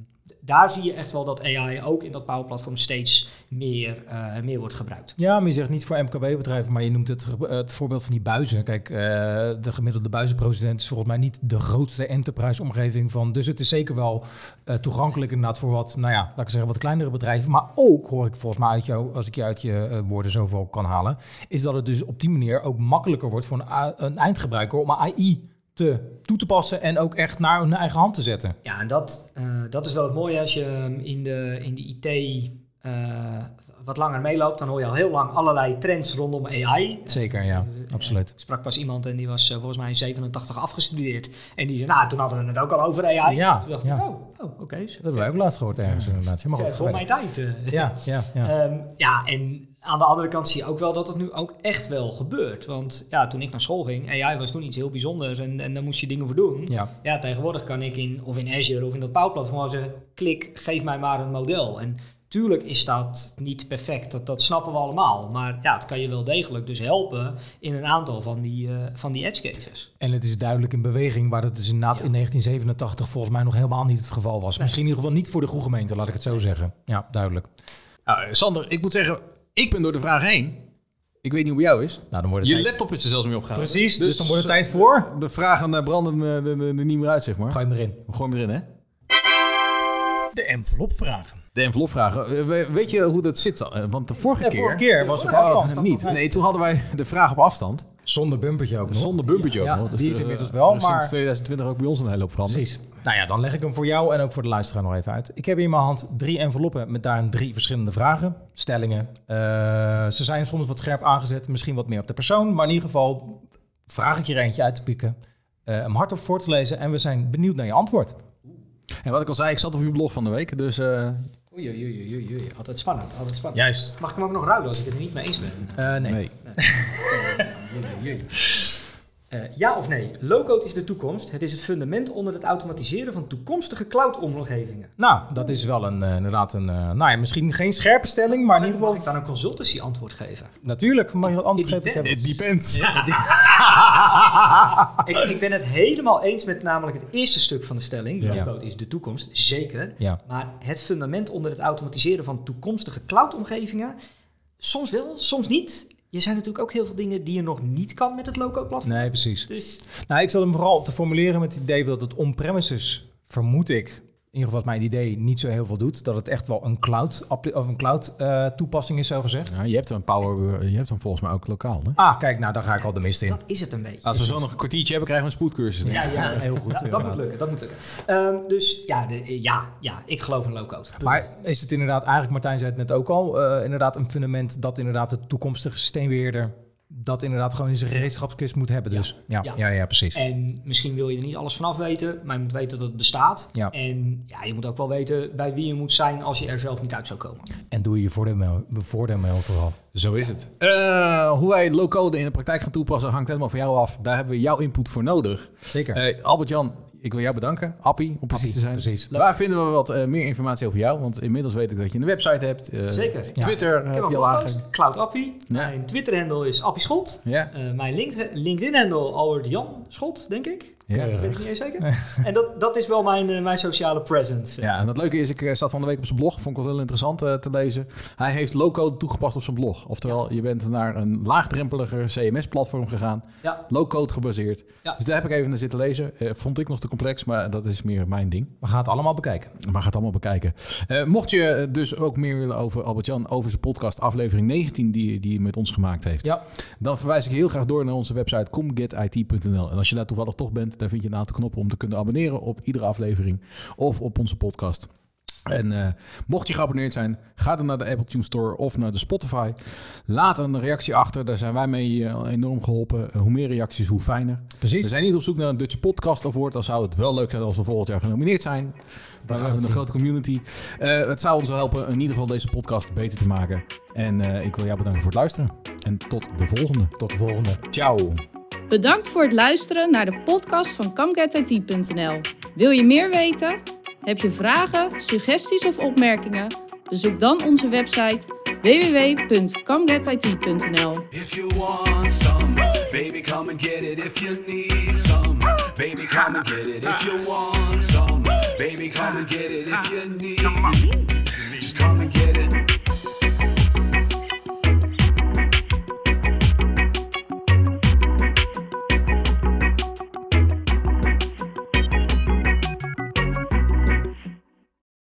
daar zie je echt wel dat A I ook in dat Power Platform steeds meer, uh, meer wordt gebruikt. Ja, maar je zegt niet voor M K B-bedrijven, maar je noemt het, het voorbeeld van die buizen. Kijk, uh, de gemiddelde buizenproducent is volgens mij niet de grootste enterprise-omgeving van. Dus het is zeker wel uh, toegankelijk inderdaad voor wat, nou ja, laat ik zeggen, wat kleinere bedrijven. Maar ook, hoor ik volgens mij uit jou, als ik je uit je uh, woorden zoveel kan halen, is dat het dus op die manier ook makkelijker wordt voor een, een eindgebruiker om A I te, toe te passen en ook echt naar hun eigen hand te zetten. Ja, en dat, uh, dat is wel het mooie als je in de, in de I T uh, wat langer meeloopt, dan hoor je al heel lang allerlei trends rondom A I. Zeker, ja, uh, absoluut. Ik sprak pas iemand en die was uh, volgens mij zevenentachtig afgestudeerd. En die zei, nou, toen hadden we het ook al over A I. Ja, toen dacht ja. ik, oh, oh oké. Okay, dat hebben wij ook laatst gehoord ergens inderdaad. Ja, maar goed, voor mijn tijd. Uh. Ja, ja, ja. um, ja, en aan de andere kant zie je ook wel dat het nu ook echt wel gebeurt. Want ja, toen ik naar school ging, A I was toen iets heel bijzonders en, en daar moest je dingen voor doen. Ja. Ja, tegenwoordig kan ik in, of in Azure of in dat Power Platform gewoon zeggen, klik, geef mij maar een model. En tuurlijk is dat niet perfect, dat, dat snappen we allemaal. Maar ja, het kan je wel degelijk dus helpen in een aantal van die, uh, van die edge cases. En het is duidelijk in beweging, waar dat dus inderdaad ja. in negentien zevenentachtig volgens mij nog helemaal niet het geval was. Nee. Misschien in ieder geval niet voor de goede gemeente, laat ik het zo zeggen. Ja, duidelijk. Nou, Sander, ik moet zeggen, ik ben door de vraag heen. Ik weet niet hoe bij jou is. Nou, dan wordt het Je tijd... laptop is er zelfs mee opgehaald. Precies, dus, dus dan wordt het tijd voor... De vragen branden er de, de, de niet meer uit, zeg maar. Gooi hem erin. Gooi hem erin, hè? De enveloppvragen. De enveloppvragen. Weet je hoe dat zit? Want de vorige ja, keer... vorige keer was het op afstand. Niet. Nee, toen hadden wij de vraag op afstand. Zonder bumpertje ook nog. Zonder bumpertje ja, ook nog. Ja, dus die is de, inmiddels wel, maar... Sinds twintig twintig ook bij ons een hele hoop veranderd. Precies. Nou ja, dan leg ik hem voor jou en ook voor de luisteraar nog even uit. Ik heb hier in mijn hand drie enveloppen met daarin drie verschillende vragen, stellingen. Uh, ze zijn soms wat scherp aangezet, misschien wat meer op de persoon. Maar in ieder geval vraag ik je er eentje uit te pikken, uh, hem hardop voor te lezen en we zijn benieuwd naar je antwoord. En wat ik al zei, ik zat op je blog van de week, dus... Uh... Oei, oei, oei, oei, oei, altijd spannend, altijd spannend. Juist. Mag ik hem ook nog ruilen als ik het er niet mee eens ben? Uh, nee. nee. nee. Uh, ja of nee? Low-code is de toekomst. Het is het fundament onder het automatiseren van toekomstige cloud-omgevingen. Nou, dat is wel een, uh, inderdaad een... Uh, nou ja, misschien geen scherpe stelling, maar in ieder geval... Mag ik dan een consultancy antwoord geven? Natuurlijk, mag je dat antwoord geven? It depends. Ja. ik, ik ben het helemaal eens met namelijk het eerste stuk van de stelling. Ja. Low-code is de toekomst, zeker. Ja. Maar het fundament onder het automatiseren van toekomstige cloud-omgevingen... soms wel, soms niet... Er zijn natuurlijk ook heel veel dingen die je nog niet kan met het low-code platform. Nee, precies. Dus... Nou, ik zat hem vooral op te formuleren met het idee dat het on-premises, vermoed ik, in ieder geval mijn idee, niet zo heel veel doet. Dat het echt wel een cloud, of een cloud uh, toepassing is, zo gezegd. Ja, je hebt een power, je hebt hem volgens mij ook lokaal, hè? Ah, kijk, nou, daar ga ik al de mist in. Dat is het een beetje. Als we zo nog een kwartiertje hebben, krijgen we een spoedcursus. Ja, ja, heel goed. Ja, dat moet lukken, dat moet lukken. Um, dus ja, de, ja, ja, ik geloof in low-code. Maar is het inderdaad, eigenlijk Martijn zei het net ook al, uh, inderdaad een fundament dat inderdaad de toekomstige systeembeheerder dat inderdaad gewoon in zijn gereedschapskist moet hebben. Dus ja, ja, ja, ja, precies. En misschien wil je er niet alles vanaf weten, maar je moet weten dat het bestaat. Ja. En ja, je moet ook wel weten bij wie je moet zijn als je er zelf niet uit zou komen. En doe je je voordeel, voordeel mee vooral. Zo is het. Uh, hoe wij low-code in de praktijk gaan toepassen hangt helemaal van jou af. Daar hebben we jouw input voor nodig. Zeker. Uh, Albert-Jan, ik wil jou bedanken. Appie, om precies Appie, te zijn. Precies. Waar vinden we wat uh, meer informatie over jou? Want inmiddels weet ik dat je een website hebt. Uh, Zeker. Twitter ja. uh, Ik heb je al aangegeven. Cloud Appie. Ja. Mijn Twitter-handle is Appie Schot. Ja. Uh, mijn LinkedIn-handle Albert-Jan Schot, denk ik. Ja. Ik ben ik niet eens zeker. En dat, dat is wel mijn, uh, mijn sociale presence. Ja, en het leuke is, ik uh, zat van de week op zijn blog. Vond ik wel heel interessant uh, te lezen. Hij heeft low-code toegepast op zijn blog. Oftewel, ja. je bent naar een laagdrempeliger C M S-platform gegaan. Ja. Low-code gebaseerd. Ja. Dus daar heb ik even naar zitten lezen. Uh, vond ik nog te complex, maar dat is meer mijn ding. We gaan het allemaal bekijken. We gaan het allemaal bekijken. Uh, mocht je dus ook meer willen over Albert-Jan, over zijn podcast aflevering negentien die, die hij met ons gemaakt heeft. Ja. Dan verwijs ik je heel graag door naar onze website comget I T punt n l. En als je daar toevallig toch bent, daar vind je een aantal knoppen om te kunnen abonneren op iedere aflevering of op onze podcast. En uh, mocht je geabonneerd zijn, ga dan naar de Apple Tune Store of naar de Spotify. Laat een reactie achter, daar zijn wij mee uh, enorm geholpen. Uh, hoe meer reacties, hoe fijner. Precies. We zijn niet op zoek naar een Dutch Podcast Award. Dan zou het wel leuk zijn als we volgend jaar genomineerd zijn. Maar we hebben een grote community. Uh, het zou ons helpen in ieder geval deze podcast beter te maken. En uh, ik wil jou bedanken voor het luisteren. En tot de volgende. Tot de volgende. Ciao. Bedankt voor het luisteren naar de podcast van comget I T punt n l. Wil je meer weten? Heb je vragen, suggesties of opmerkingen? Bezoek dan onze website w w w punt comget I T punt n l. If you want some, baby, come and get it. If you need some, baby, come and get it. If you want some, Baby, come and get it if you need it. Just come and get it.